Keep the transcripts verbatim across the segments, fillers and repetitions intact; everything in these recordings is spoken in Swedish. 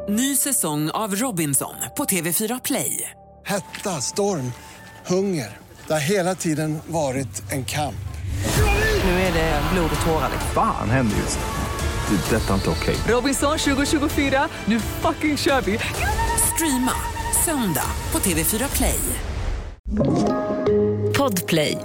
Ny säsong av Robinson på T V fyra Play. Hetta, storm, hunger. Det har hela tiden varit en kamp. Nu är det blod och tårar. Fan händer just det. Det är detta inte okej. Robinson tjugo tjugofyra, nu fucking kör vi. Streama söndag på T V fyra Play. Podplay.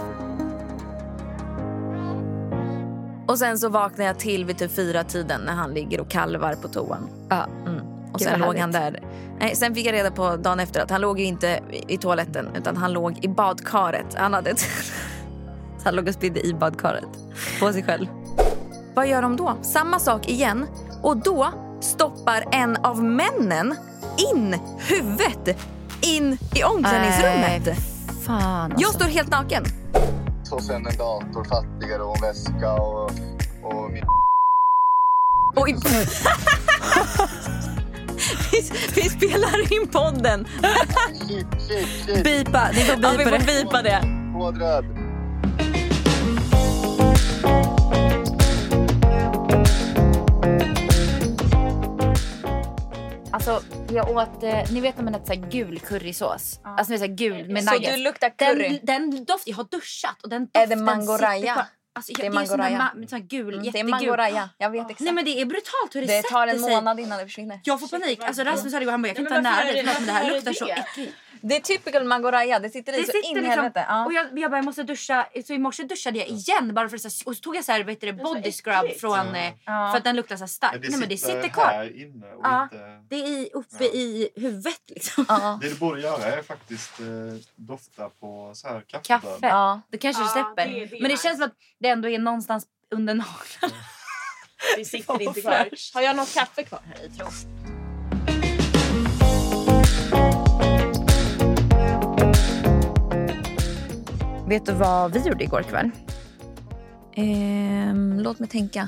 Och sen så vaknar jag till vid typ fyra tiden när han ligger och kalvar på toan. Ja. Mm. Och sen låg han där. Nej, sen fick jag reda på dagen efter att han låg ju inte i toaletten utan han låg i badkaret. Han hade ett... han låg och spydde i badkaret på sig själv. Vad gör de då? Samma sak igen. Och då stoppar en av männen in huvudet in i omklädningsrummet. Äh, fan alltså. Jag står helt naken. Och sen en dator fattigare och en väska och, och min... Oj. vi, vi spelar in podden. Shit, shit, shit. Bipa, ni får bipa, ja, vi får det. bipa det. Kodröd. Alltså, jag åt, eh, ni vet om en så här gul currysås. Ja. Alltså, så här gul med Så nuggets. du luktar curry? Den, den doft, jag har duschat och den Är doften det mangoraya? sitter kvar. Alltså, jag, Det är det är sån här mangoraya. ma- sån här gul, Mm, det är jättegul. mangoraya, jag vet exakt. Nej men det är brutalt hur det, Det tar en sätter sig. månad innan det försvinner. Jag får panik. Alltså Rasmus hade ju han bara, jag kan inte vara nära det, men det här luktar så äckligt. Det är typical mangoraya, det sitter i Det så sitter in i liksom, helvete. Ja. och jag, jag bara, jag måste duscha. Så i morse duschade jag igen bara för att, och så tog jag så här, vet du, body scrub från, eh, Ja. för att den luktar så här starkt. Det Nej men det sitter sitter kvar. här inne och Ja. inte... Det är i, uppe Ja. i huvudet liksom. Ja. Det du borde göra är faktiskt eh, dofta på så här Kaffe. kaffebönor. Ja. Det kanske Ja, det släpper. det- det är men det nice. känns som att det ändå är någonstans under naglarna. Det sitter inte kvar. Har jag något kaffe kvar här i, tror jag? Vet du vad vi gjorde igår kväll? Ehm, låt mig tänka.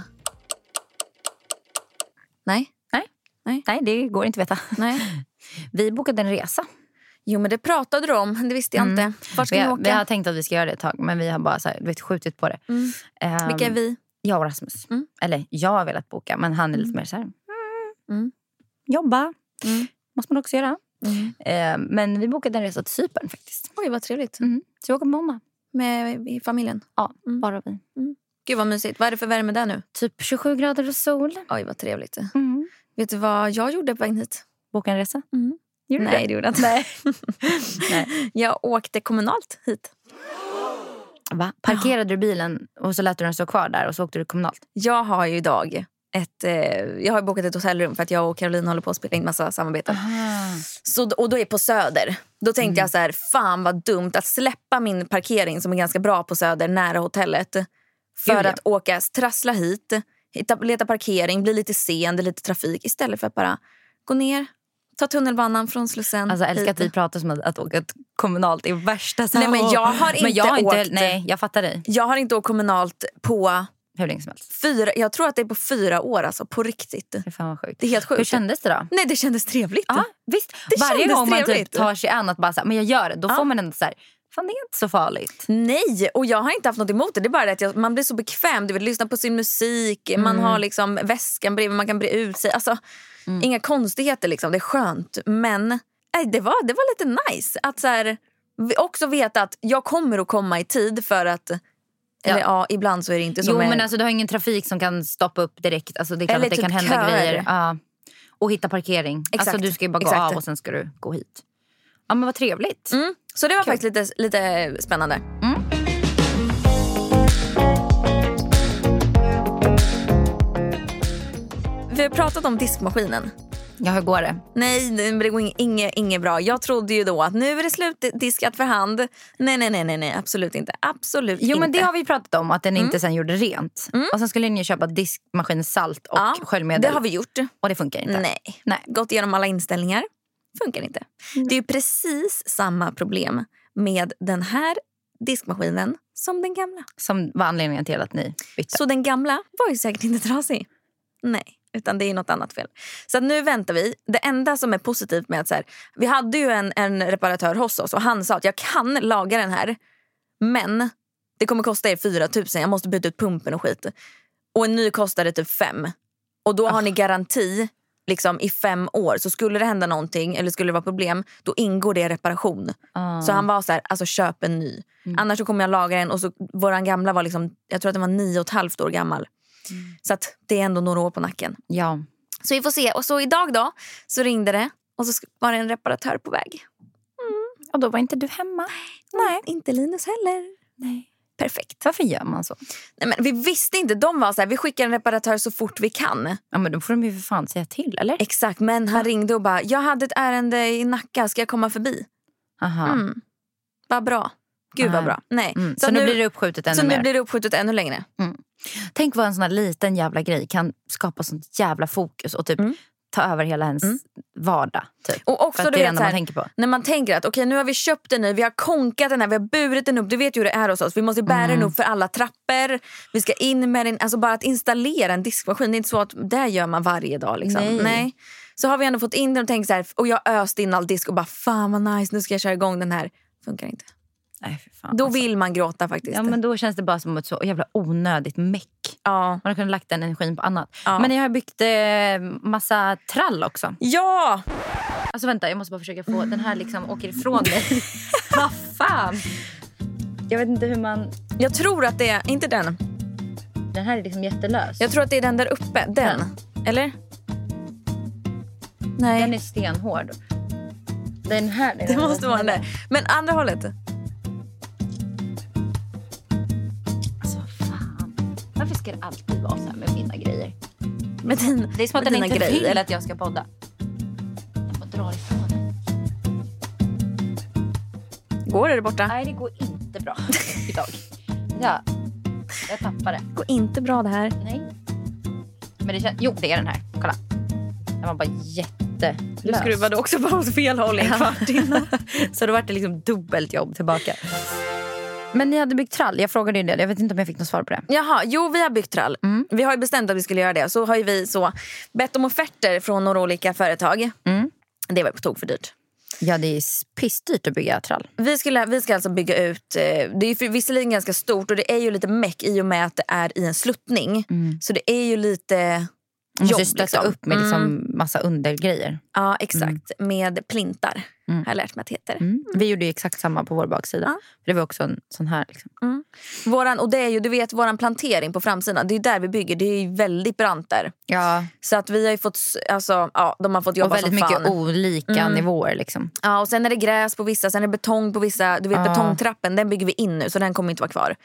Nej. Nej. Nej. Nej, det går inte att veta. Nej. Vi bokade en resa. Jo men det pratade du om, det visste jag Mm. inte. Vart ska Vi ni har, åka? vi har tänkt att vi ska göra det ett tag, men vi har bara så här, du vet, skjutit på det. Mm. Ehm, Vilka är vi? Jag och Rasmus. Mm. Eller jag har velat boka, men han är lite Mm. mer så här. Mm. Mm. Jobba. Mm. Måste man också göra. Mm. Ehm, men vi bokade en resa till Cypern faktiskt. Oj vad trevligt. Mm. Så jag åker på måndag. Med i familjen. Ja, Mm. bara vi. Gud vad mysigt. Vad är det för värme där nu? Typ tjugosju grader och sol. Oj vad trevligt. Mm. Vet du vad jag gjorde på vägen hit? Boka en resa. Mm. Gjorde du Nej det? det gjorde jag inte. Nej. Nej. Jag åkte kommunalt hit. Va? Parkerade du bilen och så lät du den stå kvar där och så åkte du kommunalt? Jag har ju idag ett, eh, jag har bokat ett hotellrum för att jag och Caroline håller på att spela in massa samarbeten. Så, och då är på Söder. Då tänkte Mm. jag så här, fan vad dumt att släppa min parkering som är ganska bra på Söder nära hotellet. För Gud, ja. att åka, trassla hit, hitta, leta parkering, bli lite sen, det är lite trafik. Istället för att bara gå ner, ta tunnelbanan från Slussen. Alltså älskar att hit. vi pratar som att, att åka ett kommunalt är värsta så Nej men jag har inte men jag har inte, åkt. nej, jag fattar dig. Jag har inte åkt kommunalt på Hur länge som helst. fyra, jag tror att det är på fyra år alltså, på riktigt. Det är fan vad sjukt. Det är helt sjukt. Hur kändes det då? Nej det kändes trevligt. Ja, visst. Det Varje kändes gång man trevligt. typ tar sig an att bara så här, men jag gör det, då Ja. får man ändå så här, fan det är inte så farligt. Nej, och jag har inte haft något emot det. Det är bara det att jag, man blir så bekväm. Du vill lyssna på sin musik. Mm. Man har liksom väskan bredvid. Man kan bre ut sig. Alltså, Mm. inga konstigheter liksom. Det är skönt. Men nej, det, var, det var lite nice. Att så här, vi också veta att jag kommer att komma i tid för att... Eller ja, ibland så är det inte så. Jo med, men alltså du har ingen trafik som kan stoppa upp direkt. Alltså det är klart Eller att det typ kan hända köer. grejer. Ja. Och hitta parkering. Exakt. Alltså du ska ju bara gå Exakt. av och sen ska du gå hit. Ja men vad trevligt. Mm, så det var Kul. faktiskt lite, lite spännande. Mm. Vi har pratat om diskmaskinen. Ja, hur går det? Nej, det går inget, inget, inget bra. Jag trodde ju då att nu är det slutdiskat för hand. Nej, nej, nej, nej, nej absolut inte. Absolut Jo inte. men det har vi pratat om, att den inte sen gjorde rent. Mm. Och sen skulle ni köpa diskmaskin, salt och Ja, sköljmedel. det har vi gjort. Och det funkar inte. Nej. Nej. Gått igenom alla inställningar. Funkar inte. Mm. Det är ju precis samma problem med den här diskmaskinen som den gamla. Som var anledningen till att ni bytte. Så den gamla var ju säkert inte trasig. Nej, utan det är något annat fel. Så att nu väntar vi. Det enda som är positivt med att så här, vi hade ju en, en reparatör hos oss och han sa att jag kan laga den här. Men det kommer kosta er fyra tusen. Jag måste byta ut pumpen och skit. Och en ny kostade typ fem. Och då har Ah. ni garanti liksom i fem år. Så skulle det hända någonting eller skulle det vara problem, då ingår det i reparation. Ah. Så han var så här, alltså köp en ny. Mm. Annars så kommer jag laga den. Och så våran gamla var liksom, jag tror att den var nio och ett halvt år gammal. Mm. Så att det är ändå några år på nacken. Ja. Så vi får se. Och så idag då så ringde det. Och så var det en reparatör på väg. Mm. Och då var inte du hemma? Nej, inte Linus heller. Nej. Perfekt. Varför gör man så? Nej, men vi visste inte. De var så här, vi skickar en reparatör så fort vi kan. Ja, men då får de ju för fan säga till, eller? Exakt, men han ringde och bara, jag hade ett ärende i Nacka, ska jag komma förbi? Aha. Mm. Vad bra. Gud vad bra. Nej. Mm. Så, så nu blir det uppskjutet ännu så mer. Så nu blir det uppskjutet ännu längre. Mm. Tänk vad en sån här liten jävla grej kan skapa sånt jävla fokus och typ mm. ta över hela ens mm. vardag. Typ. Och också, för du det är vet, det man tänker på. När man tänker att okej, okay, nu har vi köpt den nu, vi har konkat den här, vi har burit den upp, du vet ju hur det är hos oss. Vi måste bära mm. den upp för alla trappor, vi ska in med den, alltså bara att installera en diskmaskin, det är inte så att det gör man varje dag liksom. Nej. Nej. Så har vi ändå fått in den och tänkt så här, och jag öste in all disk och bara fan vad nice, nu ska jag köra igång den här. Funkar inte. Nej, för fan, då alltså. Vill man gråta faktiskt. Ja, men då känns det bara som ett så jävla onödigt meck. Ja. Man har kunnat lagt den energin på annat. Ja. Men jag har byggt eh, massa trall också. Ja! Alltså vänta, jag måste bara försöka få den här liksom åker ifrån mig. Vad fan? Jag vet inte hur man... Jag tror att det är, inte den. Den här är liksom jättelös. Jag tror att det är den där uppe, den. den. Eller? Nej. Den är stenhård. Den här. Den det måste vara den där. Men andra hållet. Alltså fan. Varför ska det alltid vara så här med mina grejer? Med din, det är som att den inte grejer. vill att jag ska podda. Jag bara drar ifrån den. Går det borta? Nej, det går inte bra idag. Ja, jag tappar det. Går inte bra det här. Nej. Men det känns... Jo, det är den här. Kolla. Den var bara jättelös. Du skruvade också bara åt fel håll i en kvart innan. Så då var det liksom dubbelt jobb tillbaka. Men ni hade byggt trall. Jag frågade ju det. Jag vet inte om jag fick något svar på det. Jaha, jo vi har byggt trall. Mm. Vi har ju bestämt att vi skulle göra det. Så har ju vi så bett om offerter från några olika företag. Mm. Det var på tok för dyrt. Ja, det är pissdyrt att bygga trall. Vi, skulle, vi ska alltså bygga ut, det är ju visserligen ganska stort och det är ju lite meck i och med att det är i en sluttning. Mm. Så det är ju lite man jobb. måste stötta liksom. upp med liksom mm. massa undergrejer. Ja, exakt. Mm. Med plintar. Mm. Har jag lärt mig att det heter. Mm. Vi gjorde ju exakt samma på vår baksida. Ja. Det var också en sån här. Liksom. Mm. Våran, och det är ju, du vet, våran plantering på framsidan. Det är där vi bygger. Det är ju väldigt brant där. Ja. Så att vi har ju fått, alltså, ja, de har fått jobba och väldigt som fan. mycket olika mm. nivåer liksom. Ja, och sen är det gräs på vissa, sen är det betong på vissa. Du vet, ja. Betongtrappen, den bygger vi in nu. Så den kommer inte vara kvar.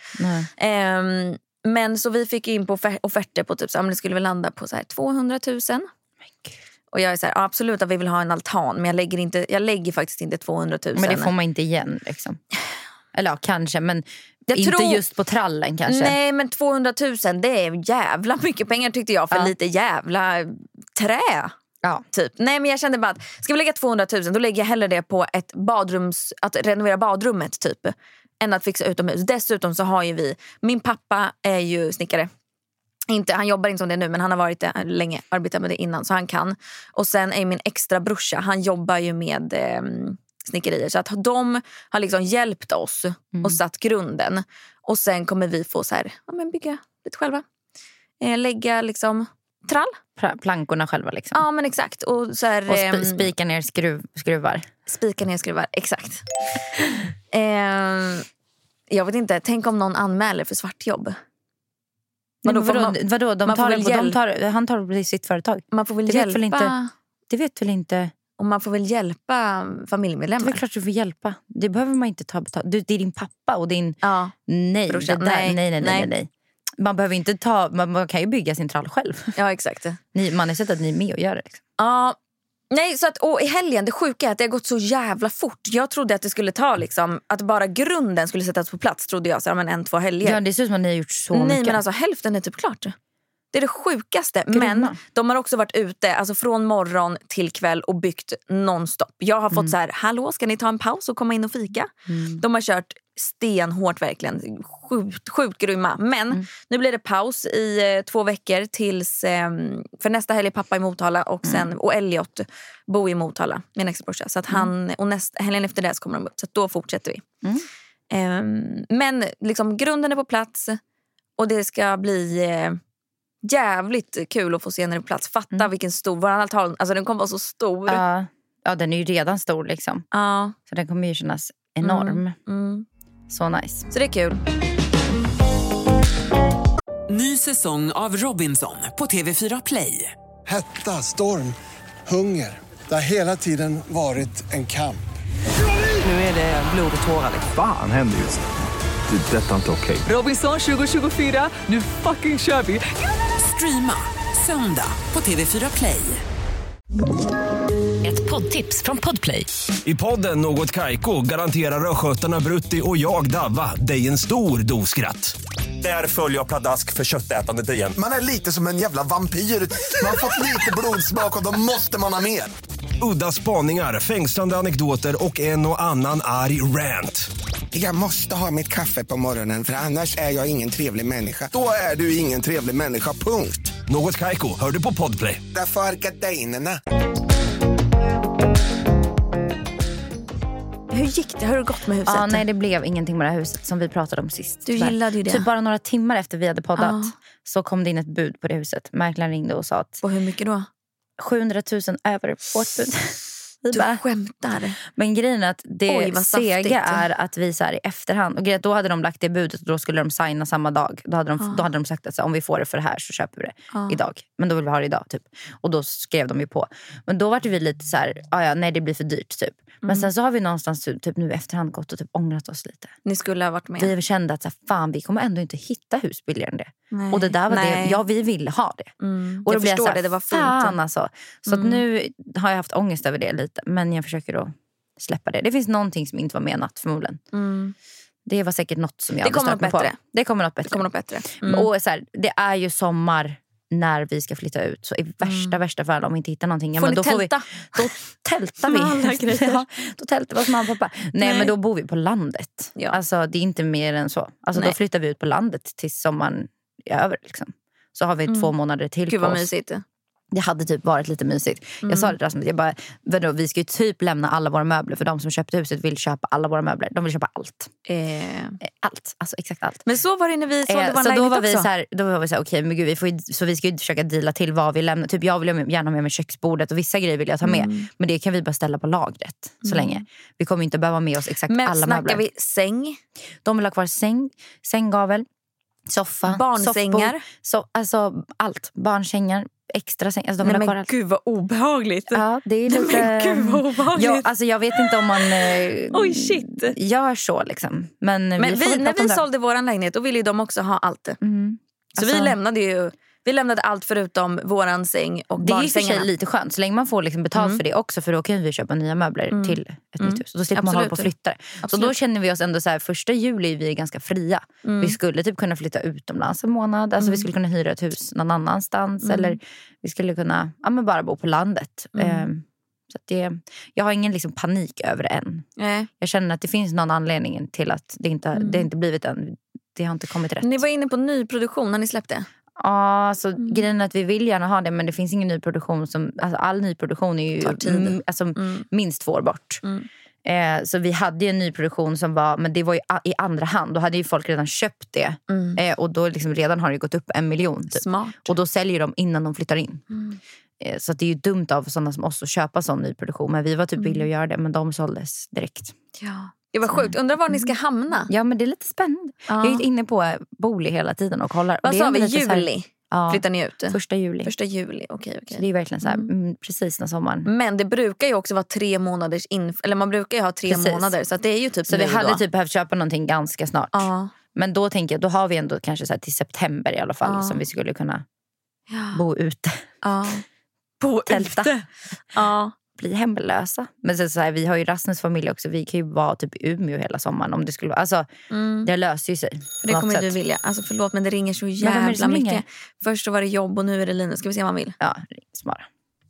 Ehm, men så vi fick in på offerter på typ så, det skulle väl landa på så här tvåhundratusen. Och jag är så här, absolut att vi vill ha en altan, men jag lägger, inte, jag lägger faktiskt inte tvåhundratusen. Men det får man inte igen liksom. Eller ja, kanske, men jag inte tror... just på trallen kanske. Nej, men tvåhundratusen, det är jävla mycket pengar tyckte jag för ja. Lite jävla trä. Ja. Typ. Nej, men jag kände bara att ska vi lägga tvåhundratusen, då lägger jag hellre det på ett badrums, att renovera badrummet typ, än att fixa utomhus. Dessutom så har ju vi, min pappa är ju snickare. Inte, han jobbar inte som det nu, men han har varit det länge, arbetat med det innan, så han kan. Och sen är min extra brorsa, han jobbar ju med eh, snickerier. Så att de har liksom hjälpt oss mm. och satt grunden. Och sen kommer vi få så här, ja, men bygga lite själva. Eh, lägga liksom trall. Pra- plankorna själva liksom. Ja, men exakt. Och, så här, och sp- spika ner skruv, skruvar. Spika ner skruvar, exakt. eh, jag vet inte, tänk om någon anmäler för svartjobb. Vadå, vadå, man, vadå? De tar, väl de tar, han tar det i sitt företag. Man får väl det hjälpa. Vet väl inte, det vet väl inte. Och man får väl hjälpa familjemedlemmar. Det är klart du får hjälpa. Det behöver man inte ta betalt. Det är din pappa och din... Ja. Nej, det där, nej, nej, nej, nej, nej. Man behöver inte ta... Man, man kan ju bygga sin trall själv. Ja, exakt. Ni, man har sett att ni är med och gör det. Liksom. Ja. Nej, så att, och i helgen, det sjuka är att det har gått så jävla fort. Jag trodde att det skulle ta liksom, att bara grunden skulle sättas på plats, trodde jag, så här, men en, två helger. Ja, det ser ut som att ni har gjort så Nej, mycket. Nej, men alltså hälften är typ klart. Det är det sjukaste. Grymma. Men de har också varit ute, alltså från morgon till kväll och byggt nonstop. Jag har fått mm. så här, hallå, ska ni ta en paus och komma in och fika? Mm. De har kört stenhårt verkligen, sjukt, sjukt grymma. Men mm. nu blir det paus i eh, två veckor tills, eh, för nästa helg är pappa i Motala och, sen, mm. och Elliot bor i Motala, min exbrorsa. Så att han, mm. och nästa, helgen efter det så kommer de upp, så att då fortsätter vi. Mm. Eh, men liksom grunden är på plats och det ska bli... Eh, jävligt kul att få se när på plats. Fatta mm. vilken stor, vår altan, alltså den kommer vara så stor. Ja, ja, den är ju redan stor liksom. Ja. Så den kommer ju kännas enorm. Mm. Mm. Så nice. Så det är kul. Ny säsong av Robinson på T V fyra Play. Hetta, storm, hunger. Det har hela tiden varit en kamp. Nu är det blod och tårar. Fan händer just det. Det är detta inte okej. Robinson tjugo tjugofyra, nu fucking kör vi. Streama söndag på T V fyra Play. Ett poddtips från Podplay. I podden Något Kaiko garanterar röskötarna Brutti och jag Davva dig en stor doskratt. Där följer jag pladask för köttätandet igen. Man är lite som en jävla vampyr. Man har fått lite blodsmak och då måste man ha mer. Udda spaningar, fängslande anekdoter och en och annan arg rant. Jag måste ha mitt kaffe på morgonen för annars är jag ingen trevlig människa. Då är du ingen trevlig människa, punkt. Något Kaiko, hör du på Podplay. Därför är gardinerna. Hur gick det? Har det gått med huset? Ja, nej, det blev ingenting med det här huset som vi pratade om sist. Du gillade ju det. Typ bara några timmar efter vi hade poddat ja. så kom det in ett bud på det huset. Mäklaren ringde och sa att... Och hur mycket då? sjuhundratusen över vårt bud. Du bara, skämtar. Men grejen är att det Oj, sega är att vi så här i efterhand, och grejen, då hade de lagt det budet och då skulle de signa samma dag. Då hade de, ah. då hade de sagt att så, om vi får det för det här så köper vi det ah. idag. Men då vill vi ha det idag typ. Och då skrev de ju på. Men då var det vi lite så här, ah, ja, nej det blir för dyrt typ. Men mm. sen så har vi någonstans typ nu i efterhand gått och typ ångrat oss lite. Ni skulle ha varit med. Vi kände att så här, fan vi kommer ändå inte hitta hus billigare än det. Nej. Och det där var nej. det, ja vi ville ha det. Mm. Och jag då förstår jag så här, det, det var fint. Fan alltså. Så mm. att nu har jag haft ångest över det lite. Men jag försöker då släppa det. Det finns någonting som inte var menat förmodligen. Mm. Det var säkert något som jag det kommer något bättre. På. Det kommer något bättre. Det kommer något bättre. Mm. Och så här, det är ju sommar när vi ska flytta ut. Så i värsta, mm. värsta fall om vi inte hittar någonting. Ja, får men ni då tälta? Får vi, då tältar vi. ja, då tältar vi hos mamma och pappa. Nej, Nej men då bor vi på landet. Ja. Alltså det är inte mer än så. Alltså då flyttar vi ut på landet tills sommaren är över liksom. Så har vi mm. två månader till Gud, på vad oss. Mysigt. Det hade typ varit lite mysigt. Mm. Jag sa det där som att jag bara, vadå, vi ska ju typ lämna alla våra möbler. För de som köpte huset vill köpa alla våra möbler. De vill köpa allt. Eh. Allt, alltså exakt allt. Men så var det när vi sålde eh, vår så då var vi också. så här, då var vi så här, okej okay, men gud, vi får ju, så vi ska ju försöka deala till vad vi lämnar. Typ jag vill gärna ha med mig köksbordet och vissa grejer vill jag ta med. Mm. Men det kan vi bara ställa på lagret så mm. länge. Vi kommer inte behöva med oss exakt men alla möbler. Men snackar vi säng? De vill ha kvar säng, sänggavel, soffa, barnsängar. Så, alltså allt, barnsängar. Extra säng. Alltså, de Nej, men allt. gud vad obehagligt. Ja, det är lite... Nej, men gud vad obehagligt. Ja, alltså, jag vet inte om man eh, Oj, shit. gör så liksom. Men, men vi vi, när vi sålde våran lägenhet då ville ju de också ha allt. Mm. Så alltså, vi lämnade ju vi lämnade allt förutom våran säng och det är ju för sig lite skönt så länge man får liksom betalt mm. för det också. För då kan vi köpa nya möbler mm. till ett mm. nytt hus. Och då slipper man hålla på och flytta. Så då känner vi oss ändå så här, första juli är vi ganska fria. Mm. Vi skulle typ kunna flytta utomlands en månad. Alltså mm. vi skulle kunna hyra ett hus någon annanstans. Mm. Eller vi skulle kunna ja, men bara bo på landet. Mm. Um, så att det, jag har ingen liksom panik över det än. Nej. Jag känner att det finns någon anledning till att det inte, mm. det inte blivit än. Det har inte kommit rätt. Ni var inne på nyproduktion när ni släppte. Ja, alltså mm. grejen är att vi vill gärna ha det, men det finns ingen nyproduktion som, alltså all nyproduktion är ju m- alltså, mm. minst två år bort. Mm. Eh, så vi hade ju en nyproduktion som var, men det var ju a- i andra hand. Då hade ju folk redan köpt det. Mm. Eh, och då liksom redan har det gått upp en miljon typ. Smart. Och då säljer de innan de flyttar in. Mm. Eh, så att det är ju dumt av sådana som oss att köpa sån nyproduktion. Men vi var typ mm. villiga att göra det, men de såldes direkt. Ja. Det var sjukt. Undrar var ni ska hamna. Ja, men det är lite spännande. Ja. Jag är inne på Booli hela tiden och kollar. Vad och sa vi? Juli? Här, ja. Flyttar ni ut? Första juli. Första juli, okej. okej. Så det är verkligen så här, mm. precis när sommaren. Men det brukar ju också vara tre månaders inf- eller man brukar ju ha tre precis. månader. Så att det är ju typ så vi hade då. typ behövt köpa någonting ganska snart. Ja. Men då tänker jag, då har vi ändå kanske så här till september i alla fall ja. som vi skulle kunna ja. bo ute. Ja. Bo Tälta. ute. Ja. Bli hemlösa. Men så, så här, vi har ju Rasmus familj också. Vi kan ju vara typ i Umeå hela sommaren om det skulle vara. Alltså, mm. det löser ju sig. Det kommer sätt. du vilja. Alltså förlåt, men det ringer så jävla mycket. Ringer? Först så var det jobb och nu är det Linus. Ska vi se vad man vill? Ja, smara.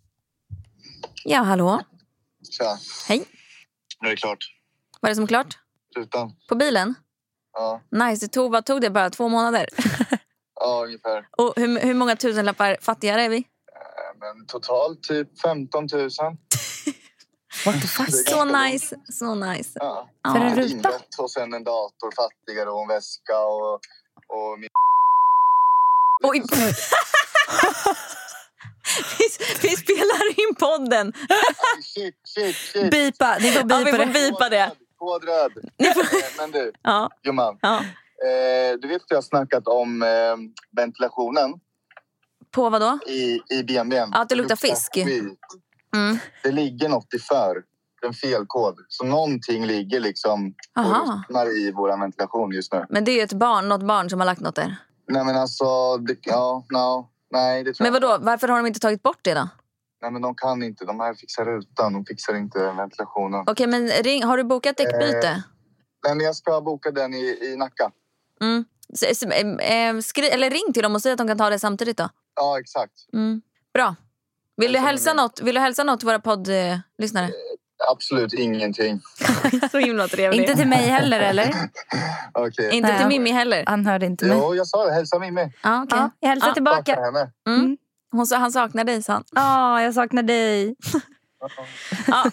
Ja, hallå. Tja. Hej. Nu är det klart. Vad är det som är klart? Rutan. På bilen? Ja. Nice, det tog, vad tog det? Bara två månader? Ja, ungefär. Och hur, hur många tusenlappar fattigare är vi? Men totalt typ femton tusen. What the fuck? Så nice, så nice. Ja. Ja. För en ruta? Och sen en dator, fattigare och en väska och... och min... Oj! vi, vi spelar in podden. Shit, shit, shit. Bipa, ni får bipa, ja, vi får det. bipa det. Kodröd. Får... Men du, ja. Gumman. Ja. Eh, du vet att jag har snackat om eh, ventilationen. På vad då? I, i B M W:n. Ja, att det luktar fisk. Mm. Det ligger något i för. En felkod. Så någonting ligger liksom och ruttnar i vår ventilation just nu. Men det är ju ett barn, något barn som har lagt något där. Nej men alltså, det, ja, no, nej det tror Men vadå, varför har de inte tagit bort det då? Nej men de kan inte, de här fixar rutan, de fixar inte ventilationen. Okej, men ring, har du bokat däckbyte? Eh, nej men jag ska boka den i, i Nacka. Mm. S- s- eh, skri- eller ring till dem och säg att de kan ta det samtidigt då. Ja, exakt. Mm. Bra. Vill du, hälsa något, vill du hälsa något till våra poddlyssnare? Eh, absolut ingenting. Så himla trevligt. Inte till mig heller, eller? Okay. Inte till Mimmi heller. Han hörde inte mig. Jo, jag sa det. Hälsa Mimmi. Ah, okay. Ja, jag hälsar ah, tillbaka. Henne. Mm. Hon sa han saknar dig, sa han. Ja, oh, jag saknar dig. Ja.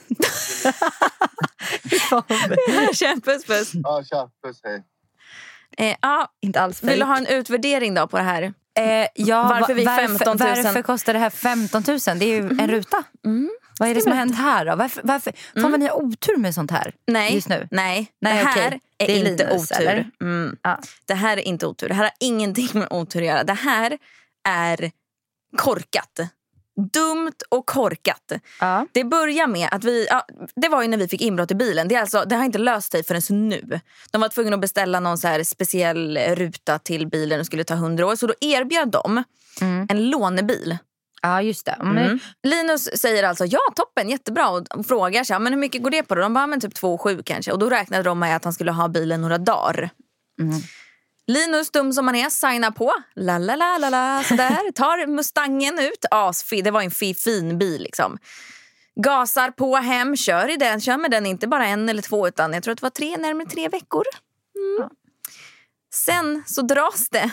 Tja, puss, puss. Ja, tja, puss, hej. Eh, ja, inte alls vill du ha en utvärdering då på det här? Eh, ja, varför vi varför, femton tusen? Varför kostar det här femton tusen? Det är ju mm. en ruta. Mm. Vad är det som har hänt här då? Varför, varför? Mm. Fan vad ni har otur med sånt här nej, just nu. Nej, nej det här okay. är, det är inte Linus, otur. Mm. Ja. Det här är inte otur. Det här har ingenting med otur att göra. Det här är korkat. Dumt och korkat. Ja. Det börjar med att vi... Ja, det var ju när vi fick inbrott i bilen. Det, är alltså, det har inte löst sig förrän nu. De var tvungna att beställa någon så här speciell ruta till bilen och skulle ta hundra år. Så då erbjöd de mm. en lånebil. Ja, just det. Mm. Mm. Linus säger alltså, ja toppen, jättebra. Och frågar sig, men hur mycket går det på då? De bara, men typ två komma sju kanske. Och då räknade de med att han skulle ha bilen några dagar. Mm. Linus, dum som han är, signar på. La la la la la, sådär. Tar Mustangen ut. Asfi, det var en fi, fin bil liksom. Gasar på hem, kör i den. Kör med den inte bara en eller två utan jag tror att det var tre, närmare tre veckor. Mm. Sen så dras det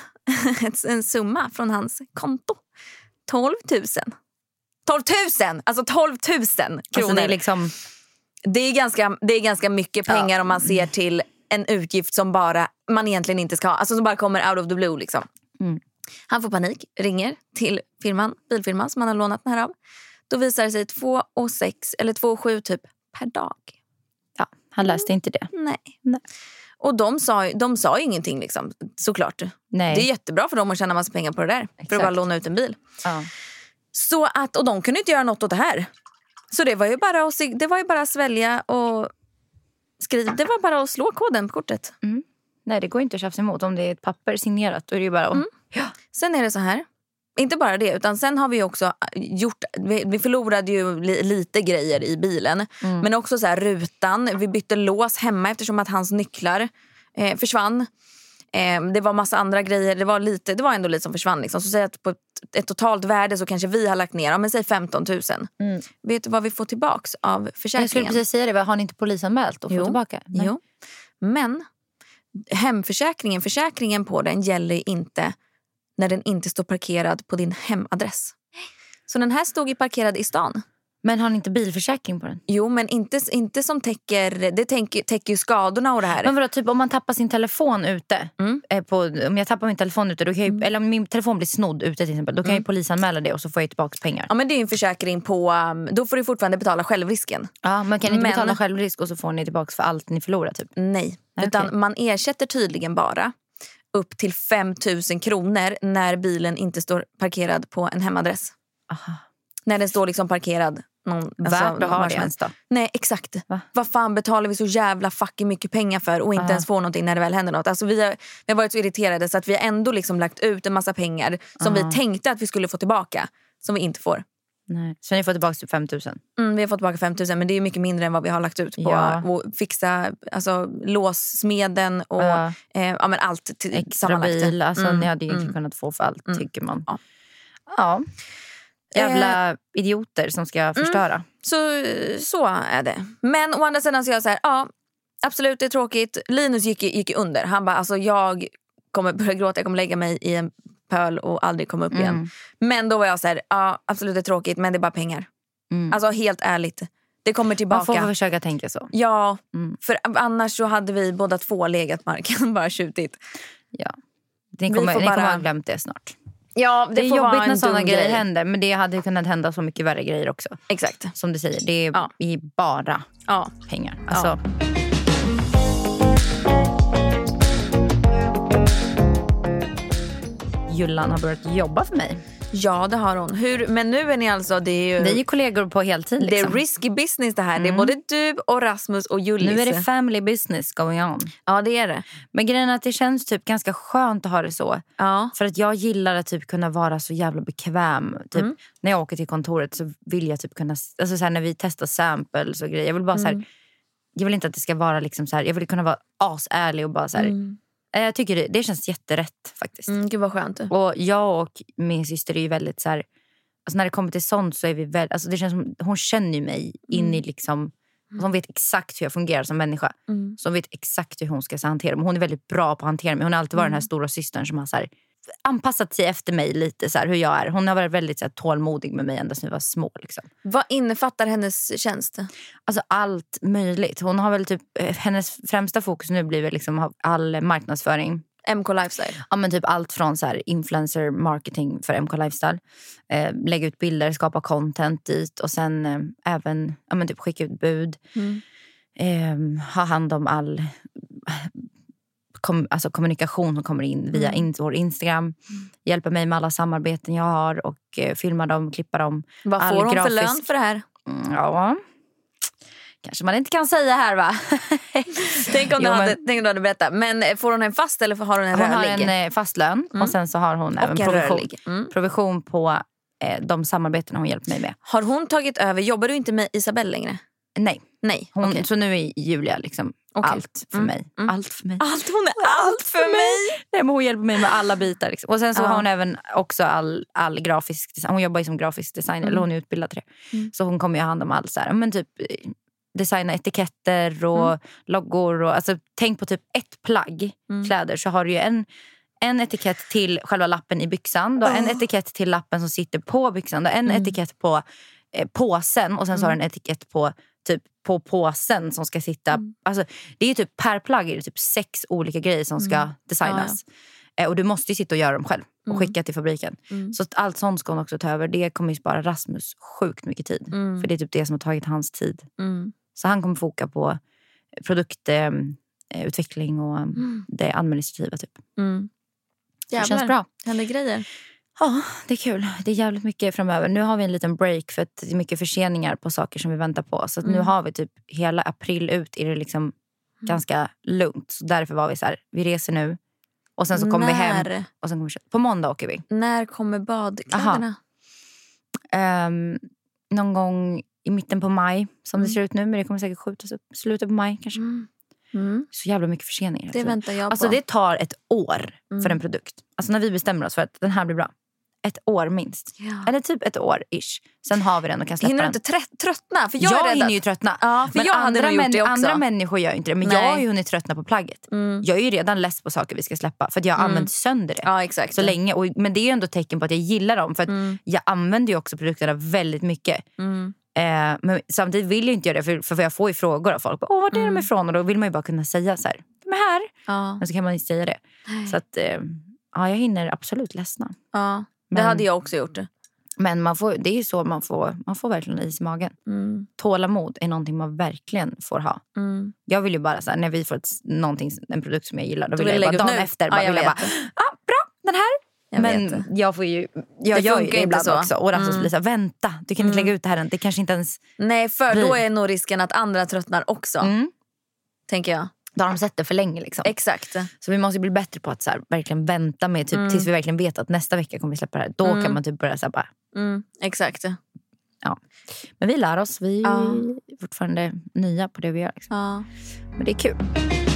en summa från hans konto. tolv tusen. tolv tusen! Alltså tolv tusen kronor. Alltså det, är liksom... det, är ganska, det är ganska mycket pengar ja. Om man ser till en utgift som bara man egentligen inte ska ha. Alltså som bara kommer out of the blue liksom. Mm. Han får panik, ringer till firman, bilfirman som han har lånat den här av. Då visar det sig två komma sex eller två komma sju typ per dag. Ja, han läste inte det. Nej. Nej. Och de sa, de sa ju ingenting liksom, såklart. Nej. Det är jättebra för dem att tjäna massa pengar på det där. Exakt. För att bara låna ut en bil. Ja. Så att, och de kunde inte göra något åt det här. Så det var ju bara att, det var ju bara att svälja och skriva. Det var bara att slå koden på kortet. Mm. Nej, det går inte att tjafsa emot. Om det är ett papper signerat, då är det ju bara... Mm. Ja. Sen är det så här. Inte bara det, utan sen har vi också gjort... Vi, vi förlorade ju li, lite grejer i bilen. Mm. Men också så här rutan. Vi bytte lås hemma eftersom att hans nycklar eh, försvann. Eh, det var massa andra grejer. Det var, lite, det var ändå lite som försvann. Liksom. Så säg att på ett, ett totalt värde så kanske vi har lagt ner, ja, men säg femton tusen. Mm. Vet du vad vi får tillbaks av försäkringen? Jag skulle precis säga det. Har ni inte polisanmält och få tillbaka? Nej. Jo. Men hemförsäkringen, försäkringen på den gäller inte när den inte står parkerad på din hemadress. Så den här stod ju parkerad i stan. Men har ni inte bilförsäkring på den? Jo, men inte, inte som täcker... Det täcker, täcker ju skadorna och det här. Men vadå, typ om man tappar sin telefon ute. Mm. Eh, på, om jag tappar min telefon ute, då kan jag, mm. eller om min telefon blir snodd ute till exempel, då kan mm. jag polisanmäla det och så får jag tillbaka pengar. Ja, men det är en försäkring på... Um, då får du fortfarande betala självrisken. Ja, man kan inte men, betala självrisk och så får ni tillbaka för allt ni förlorar typ. Nej, nej utan okay. man ersätter tydligen bara upp till fem tusen kronor när bilen inte står parkerad på en hemadress. Aha. När den står liksom parkerad. Någon, värt alltså, att ha det ens då? Nej, exakt. Va? Vad fan betalar vi så jävla fucking mycket pengar för och inte ah. ens får någonting när det väl händer något? Alltså vi har, vi har varit så irriterade så att vi har ändå liksom lagt ut en massa pengar som ah. vi tänkte att vi skulle få tillbaka, som vi inte får. Nej. Så ni får tillbaka typ fem tusen? Mm, vi har fått tillbaka fem tusen, men det är mycket mindre än vad vi har lagt ut på ja. att fixa alltså, låssmeden och uh. eh, ja, men allt till, extra bil. Alltså, mm. ni hade ju inte mm. kunnat få för allt, mm. tycker man. Ja. ja. Jävla eh, idioter som ska förstöra. Mm, så, så är det. Men å andra sidan så är jag så här, ja, absolut det är tråkigt. Linus gick, gick under. Han bara, alltså jag kommer börja gråta, jag kommer lägga mig i en pöl och aldrig komma upp mm. igen. Men då var jag så här, ja, absolut det är tråkigt, men det är bara pengar. Mm. Alltså helt ärligt, det kommer tillbaka. Man får försöka tänka så. Ja, mm. för annars så hade vi båda två legat marken och bara tjutit. Ja, ni kommer, ni bara... kommer ha glömt det snart. Ja, det, det är får jobbigt vara när sådana grejer grej. händer. Men det hade kunnat hända så mycket värre grejer också. Exakt. Som du säger, det är ja. i bara ja. pengar. Alltså... Ja. Jullan har börjat jobba för mig. Ja, det har hon. Hur, men nu är ni alltså... Det är ju, vi är ju kollegor på heltid. Liksom. Det är risky business det här. Mm. Det är både du och Rasmus och Julis. Nu är det family business going on. Ja, det är det. Men grejen är att det känns typ ganska skönt att ha det så. Ja. För att jag gillar att typ kunna vara så jävla bekväm. Typ, mm. När jag åker till kontoret så vill jag typ kunna... Alltså så här, när vi testar samples och grejer. Jag vill bara mm. så här... Jag vill inte att det ska vara liksom så här... Jag vill kunna vara asärlig och bara så här... Mm. Jag tycker det, det känns jätterätt faktiskt. Mm, gud vad skönt. Och jag och min syster är ju väldigt så här, alltså när det kommer till sånt så är vi väldigt, alltså det känns som, hon känner ju mig mm. in i liksom, hon vet exakt hur jag fungerar som människa. Mm. Så hon vet exakt hur hon ska så hantera mig. Hon är väldigt bra på att hantera mig. Hon har alltid varit mm. den här stora systern som har så här, anpassat sig efter mig lite så här, hur jag är. Hon har varit väldigt så här, tålmodig med mig ända sedan vi var små liksom. Vad innefattar hennes tjänst? Alltså allt möjligt. Hon har väl typ, hennes främsta fokus nu blir väl liksom all marknadsföring. M K Lifestyle. Ja, men typ allt från så här influencer marketing för M K Lifestyle. Eh, lägga ut bilder, skapa content dit. Och sen eh, även ja, men typ skicka ut bud. Mm. Eh, ha hand om all kom, alltså kommunikation som kommer in via mm. in, vår Instagram. Mm. Hjälpa mig med alla samarbeten jag har. Och eh, filma dem, klippa dem. Vad får hon grafisk... för lön för det här? Mm, ja... Kanske man inte kan säga här va? tänk, om jo, du hade, men... tänk om du hade berättat. Men får hon en fast eller har hon en hon rörlig? Hon har en eh, fast lön mm. och sen så har hon och även provision, mm. provision på eh, de samarbeten hon hjälpt mig med. Har hon tagit över? Jobbar du inte med Isabelle längre? Nej. Nej. Hon, okay. Så nu är Julia liksom okay. allt för mm. mig. Mm. Allt för mig. Allt, hon är allt, allt för mig. Nej, men hon hjälper mig med alla bitar. Liksom. Och sen så ja. har hon även också all, all grafisk design. Hon jobbar ju som grafisk designer. Mm. Eller hon är utbildad till det. Mm. Så hon kommer ju ha hand om allt så här. Men typ... designa etiketter och mm. loggor. Och, alltså, tänk på typ ett plagg mm. kläder så har du ju en, en etikett till själva lappen i byxan. Du har oh. en etikett till lappen som sitter på byxan. Du har en mm. etikett på eh, påsen och sen så mm. har du en etikett på, typ, på påsen som ska sitta. Mm. Alltså, det är typ per plagg är det typ sex olika grejer som ska mm. designas. Ja, ja. Eh, och du måste ju sitta och göra dem själv och mm. skicka till fabriken. Mm. Så att allt sånt ska hon också ta över. Det kommer ju spara Rasmus sjukt mycket tid. Mm. För det är typ det som har tagit hans tid. Mm. Så han kommer foka på produktutveckling och mm. det administrativa typ. Mm. Det känns bra. Händer grejer. Ja, det är kul. Det är jävligt mycket framöver. Nu har vi en liten break för att det är mycket förseningar på saker som vi väntar på. Så att mm. nu har vi typ hela april ut är det liksom mm. ganska lugnt. Så därför var vi så här, vi reser nu. Och sen så kommer När? vi hem. Och sen kommer vi, på måndag åker vi. När kommer badkläderna? Um, någon gång i mitten på maj som mm. det ser ut nu. Men det kommer säkert skjutas upp. Slutet på maj kanske. Mm. Mm. Så jävla mycket förseningar. Det väntar jag på. Alltså det tar ett år mm. för en produkt. Alltså när vi bestämmer oss för att den här blir bra. Ett år minst. Ja. Eller typ ett år ish. Sen har vi den och kan släppa den. Hinner du inte trött, tröttna? För jag jag är hinner ju tröttna. Ja, för men jag andra, hade gjort det också. andra människor gör inte det. Men Nej. jag har ju hunnit tröttna på plagget. Mm. Jag är ju redan less på saker vi ska släppa. För att jag har mm. använt sönder det. Ja, exakt. Så länge. Och, men det är ju ändå tecken på att jag gillar dem. För att mm. jag använder ju också produkterna väldigt mycket. Mm. Eh, men samtidigt vill jag inte göra det. För, för jag får ju frågor av folk. Åh, var är mm. de ifrån? Och då vill man ju bara kunna säga så här. De är här. Ja. Men så kan man inte säga det. Nej. Så att eh, ja, jag hinner absolut ledsna. Ja, det men, hade jag också gjort. Men man får, det är ju så man får, man får verkligen is i magen. Mm. Tålamod är någonting man verkligen får ha. Mm. Jag vill ju bara så här, när vi får ett, någonting, en produkt som jag gillar, då vill jag, jag bara dagen nu. efter bara, ja, jag vill jag bara, ah, bra, den här. Jag men vet. jag får ju, jag det gör ju det ibland så. också. Och Rasmus mm. blir så här, vänta, du kan inte mm. lägga ut det här än. Det kanske inte ens Nej, för blir. Då är nog risken att andra tröttnar också. Mm. Tänker jag. Då har de sett det för länge liksom. Exakt. Så vi måste bli bättre på att så här, verkligen vänta med typ, mm. tills vi verkligen vet att nästa vecka kommer vi släppa det här. Då mm. kan man typ börja så här bara. Mm. Exakt. Ja. Men vi lär oss. Vi ja. är fortfarande nya på det vi gör. Liksom. Ja. Men det är kul.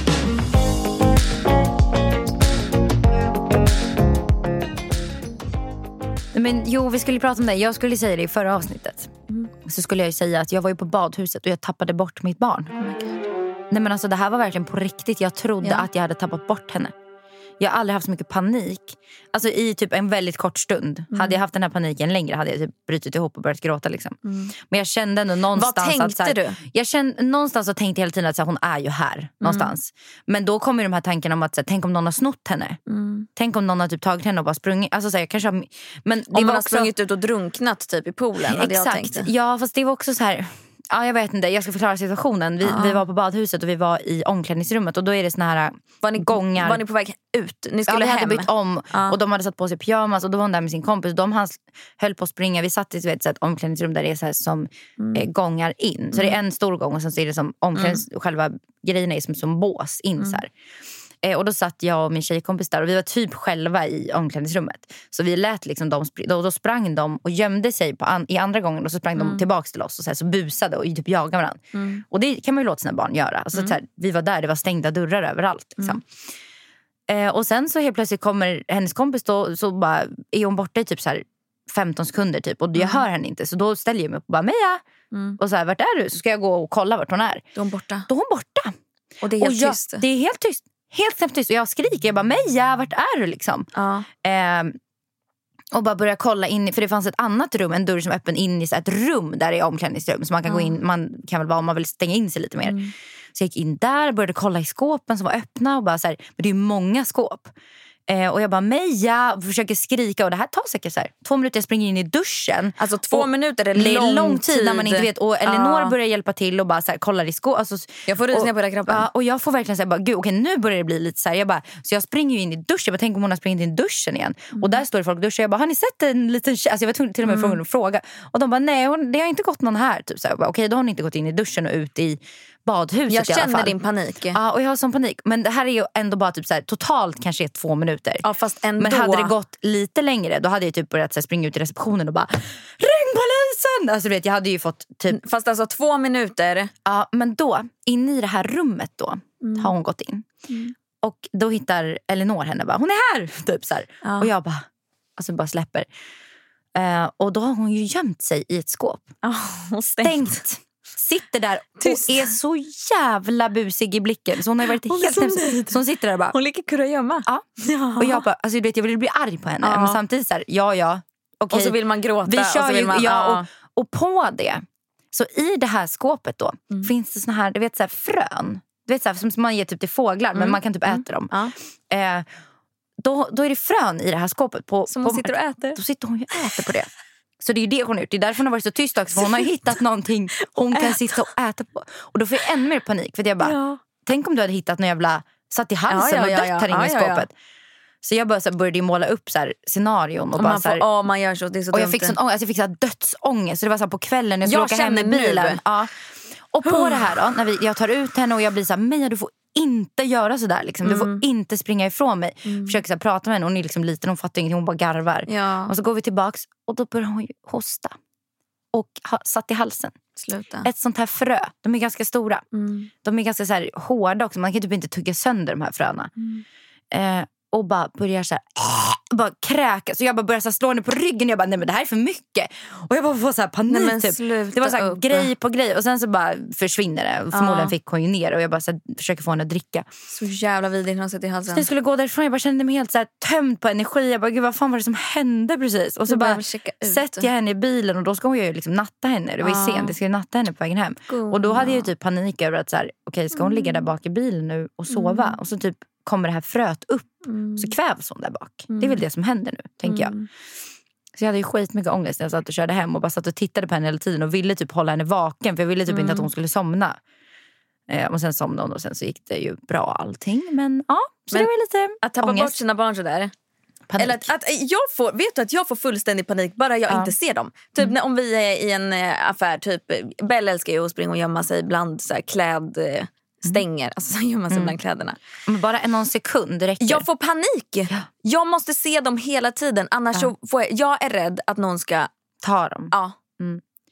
Men jo, vi skulle prata om det. Jag skulle säga det i förra avsnittet. Mm. Så skulle jag ju säga att jag var ju på badhuset och jag tappade bort mitt barn. Oh my God. Nej men alltså det här var verkligen på riktigt. Jag trodde ja. att jag hade tappat bort henne. Jag har aldrig haft så mycket panik. Alltså i typ en väldigt kort stund. Mm. Hade jag haft den här paniken längre hade jag typ brutit ihop och börjat gråta liksom. Mm. Men jag kände ändå någonstans... Vad tänkte att, så här, du? Jag kände, någonstans så tänkte jag hela tiden att så här, hon är ju här. Mm. Någonstans. Men då kommer de här tankarna om att så här, tänk om någon har snott henne. Mm. Tänk om någon har typ tagit henne och bara sprungit. Alltså, så här, jag kanske har, men det om man var har också, sprungit ut och drunknat typ i poolen. Hade jag tänkt. Exakt. Ja, fast det var också så här... Ja, jag vet inte. Jag ska förklara situationen. Vi, ah. vi var på badhuset och vi var i omklädningsrummet. Och då är det såna här var ni, gångar. Var ni på väg ut? Ni skulle ja, vi hem? hade bytt om. Ah. Och de hade satt på sig pyjamas. Och då var hon där med sin kompis. De hans, höll på att springa. Vi satt i vet, ett omklädningsrum där det är så här som mm. eh, gångar in. Så mm. det är en stor gång och sen så är det som omklädnings... Mm. Själva grejerna är som, som bås in mm. så här. Eh, och då satt jag och min tjejkompis där och vi var typ själva i omklädningsrummet. Så vi lät liksom dem, då, då sprang de och gömde sig på an, i andra gången och så sprang mm. de tillbaks till oss och så, här, så busade och typ jagade varandra. Mm. Och det kan man ju låta sina barn göra. Alltså, mm. så här, vi var där, det var stängda dörrar överallt. Liksom. Mm. Eh, och sen så helt plötsligt kommer hennes kompis då, så bara är hon borta i typ så här femton sekunder typ. Och jag mm. hör henne inte, så då ställer jag mig upp och bara Meja! Mm. Och så här, vart är du? Så ska jag gå och kolla vart hon är. Då är hon borta. Då är hon borta. Och det är helt och jag, tyst. Det är helt tyst. Helt knäppt tyst. Och jag skriker. Jag bara, Meja, vart är du liksom? Ja. Eh, och bara börja kolla in. För det fanns ett annat rum. En dörr som är öppen in i så ett rum. Där är omklädningsrum. Så man kan ja. gå in. Man kan väl vara om man vill stänga in sig lite mer. Mm. Så jag gick in där. Började kolla i skåpen som var öppna. Och bara så här, men det är ju många skåp. Eh, och jag bara, Meja, och försöker skrika. Och det här tar säkert så här, två minuter, jag springer in i duschen. Alltså två och minuter är det lång, lång tid. När man inte vet. Och Elinor ah. börjar hjälpa till och bara så här, kollar i skåp. Alltså, jag får rysningar på hela kroppen. Ja, och jag får verkligen säga, bara, gud, okej, nu börjar det bli lite så här. Jag bara, så jag springer ju in i duschen. Jag bara, tänk om hon har sprungit in i duschen igen. Mm. Och där står det folk i duschen. Jag bara, har ni sett en liten tjej? Alltså jag var tvungen till och med mm. fråga, fråga. Och de bara, nej, hon, det har inte gått någon här. Typ, så här, okej, då har hon inte gått in i duschen och ut i badhuset. Jag känner i alla fall. din panik. Ja, och jag har sån panik. Men det här är ju ändå bara typ så här, totalt kanske två minuter. Ja, fast ändå. Men hade det gått lite längre, då hade jag typ börjat så här, springa ut i receptionen och bara, ring polisen! Alltså du vet, jag hade ju fått typ... Fast alltså två minuter. Ja, men då, in i det här rummet då, mm. har hon gått in. Mm. Och då hittar Elinor henne bara, hon är här! Typ så här. Ja. Och jag bara, alltså bara släpper. Uh, och då har hon ju gömt sig i ett skåp. Oh, stängt. stängt. Sitter där Tyst. och är så jävla busig i blicken. Så hon har varit hon helt hemskt. Så hon sitter där och bara... Hon ligger kurragömma. Ja. ja. Och jag bara, alltså du vet, jag vill bli arg på henne. Ja. Men samtidigt så här, ja, ja. Okay. Och så vill man gråta. Vi kör och så vill ju, man, ja, och, och på det. Så i det här skåpet då mm. finns det såna här, du vet så här frön. Du vet så här, som man ger typ till fåglar. Mm. Men man kan typ mm. äta dem. Ja. Eh, då, då är det frön i det här skåpet. På, som hon på, sitter och äter. Då sitter hon ju och äter på det. Så det är ju det hon har gjort. Det är därför hon har varit så tyst också. För hon har ju hittat någonting hon kan sitta och äta på. Och då får jag ännu mer panik. För jag bara, ja. tänk om du hade hittat någon jävla... Satt i halsen ja, ja, ja, och dött här inne ja, i skåpet. Ja, ja. Så jag bara, så här, började måla upp så här, scenarion. Och, och bara, man får, så här, åh, man gör så, det är så och jag fick, sån, alltså, jag fick så här, dödsångest. Så det var så här, på kvällen. Jag, jag åka hem i bilen. Ja. Och på det här då, när vi, jag tar ut henne och jag blir så här, Meja, du får inte göra så där liksom. Du får Mm. inte springa ifrån mig. Mm. Försöker så här, prata med henne. Hon är liksom liten, hon fattar ingenting, hon bara garvar. Ja. Och så går vi tillbaks och då börjar hon ju hosta. Och ha, satt i halsen. Sluta. Ett sånt här frö. De är ganska stora. Mm. De är ganska så här hårda också. Man kan typ inte tugga sönder de här fröna. Mm. Eh, och bara börjar så här, äh, bara kräka. Så jag bara börjar så här, slå henne på ryggen. Jag bara, nej men det här är för mycket. Och jag bara får så här panik. Nej, typ. Det var så här, grej på grej. Och sen så bara försvinner det. Och förmodligen ah. fick hon ju ner. Och jag bara så här, försöker få henne att dricka. Så jävla vidrigt när hon sitter i halsen. Så jag skulle gå därifrån. Jag bara kände mig helt så här, tömd på energi. Jag bara, gud vad fan var det som hände precis? Och så du bara sätter jag henne i bilen. Och då ska hon ju liksom natta henne. Det var ju ah. sent. Jag skulle natta henne på vägen hem. God. Och då hade jag ju typ panik över att så här, okej, okay, ska hon ligga där bak i bilen nu och sova? Mm. Och så typ kommer det här fröet upp. Mm. Så kvävs hon där bak. Mm. Det är väl det som händer nu, tänker mm. jag. Så jag hade ju skitmycket ångest när jag satt och körde hem. Och bara satt och tittade på henne hela tiden. Och ville typ hålla henne vaken. För jag ville typ mm. inte att hon skulle somna. Eh, och sen somnade hon. Och sen så gick det ju bra allting. Men ja, så men det var lite att tappa ångest. bort sina barn sådär. Panik. Eller att, att jag får, vet du att jag får fullständig panik bara jag ja. inte ser dem. Typ mm. när, om vi är i en äh, affär. Typ, Bella älskar ju att springa och gömma sig bland så här, kläd... Äh, stänger, mm. alltså så gör man sig mm. bland kläderna. Men bara en någon sekund räcker. Jag får panik. Ja. Jag måste se dem hela tiden. Annars ja. så får jag, jag är rädd att någon ska ta dem. Ja. Mm.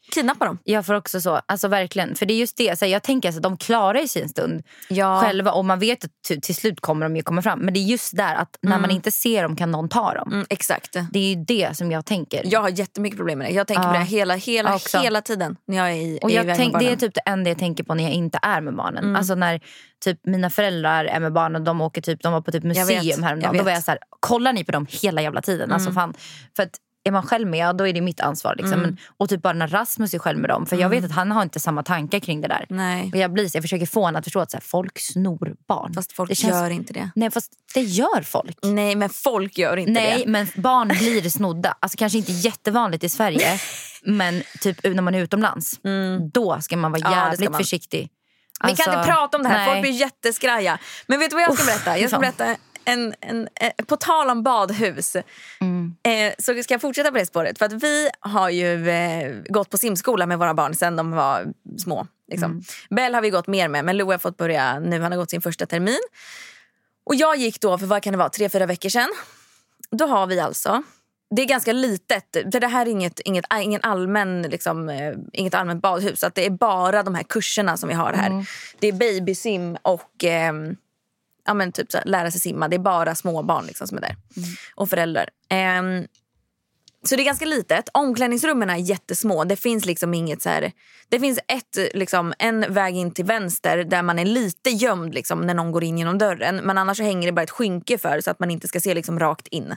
kidnappa dem. Jag får också så, alltså verkligen. För det är just det, så jag tänker att alltså, de klarar ju sin stund ja. själva. Och man vet att till, till slut kommer de ju komma fram. Men det är just där att när mm. man inte ser dem kan någon ta dem. Mm, exakt. Det är ju det som jag tänker. Jag har jättemycket problem med det. Jag tänker ja. på det hela, hela, hela tiden när jag är i, och är jag i tänk, det är typ det enda jag tänker på när jag inte är med barnen. Mm. Alltså när typ mina föräldrar är med barnen, de åker typ, de var på typ museum häromdagen. Då var jag så här, kollar ni på dem hela jävla tiden? Mm. Alltså fan, för att är man själv med, då är det mitt ansvar liksom. Mm. Men, och typ bara när Rasmus är själv med dem. För mm. jag vet att han har inte samma tankar kring det där. Nej. Och jag, blir, jag försöker få honom att förstå att så här, folk snor barn. Fast folk det känns, gör inte det. Nej, fast det gör folk. Nej, men folk gör inte Nej, det. men barn blir snodda. Alltså kanske inte jättevanligt i Sverige. Men typ när man är utomlands. Mm. Då ska man vara jävligt ja, man. försiktig. Alltså, vi kan inte prata om det här, nej. folk blir jätteskraja. Men vet du vad jag ska Uff, berätta? Jag ska berätta en, en, en, på tal om badhus mm. eh, så ska jag fortsätta på det spåret. För att vi har ju eh, gått på simskola med våra barn sedan de var små liksom. mm. Bell har vi gått mer med, men Lou har fått börja nu, han har gått sin första termin. Och jag gick då för vad kan det vara, tre, fyra veckor sedan. Då har vi alltså, det är ganska litet, för det här är inget, inget, ingen allmän, liksom, eh, inget allmänt badhus. Så att det är bara de här kurserna som vi har här. Mm. Det är babysim och eh, ja, men typ så här, lära sig simma. Det är bara små barn liksom, som är där. Mm. Och föräldrar. Eh, så det är ganska litet. Omklädningsrummen är jättesmå. Det finns liksom inget så här. Det finns ett, liksom, en väg in till vänster där man är lite gömd liksom, när någon går in genom dörren. Men annars så hänger det bara ett skynke för så att man inte ska se liksom, rakt in.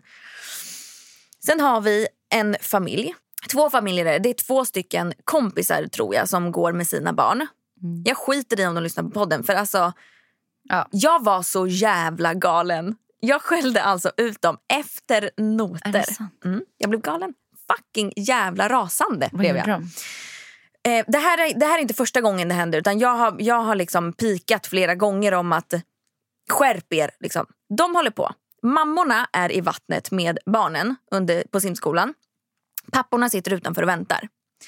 Sen har vi en familj. Två familjer där. Det är två stycken kompisar tror jag som går med sina barn. Mm. Jag skiter i om de lyssnar på podden. För alltså, ja. jag var så jävla galen. Jag skällde alltså ut dem efter noter. Mm. Jag blev galen. Fucking jävla rasande blev jag. Eh, det, här är, det här är inte första gången det händer. Utan jag har, jag har liksom pikat flera gånger om att skärp er. Liksom. De håller på. Mammorna är i vattnet med barnen under, på simskolan. Papporna sitter utanför och väntar.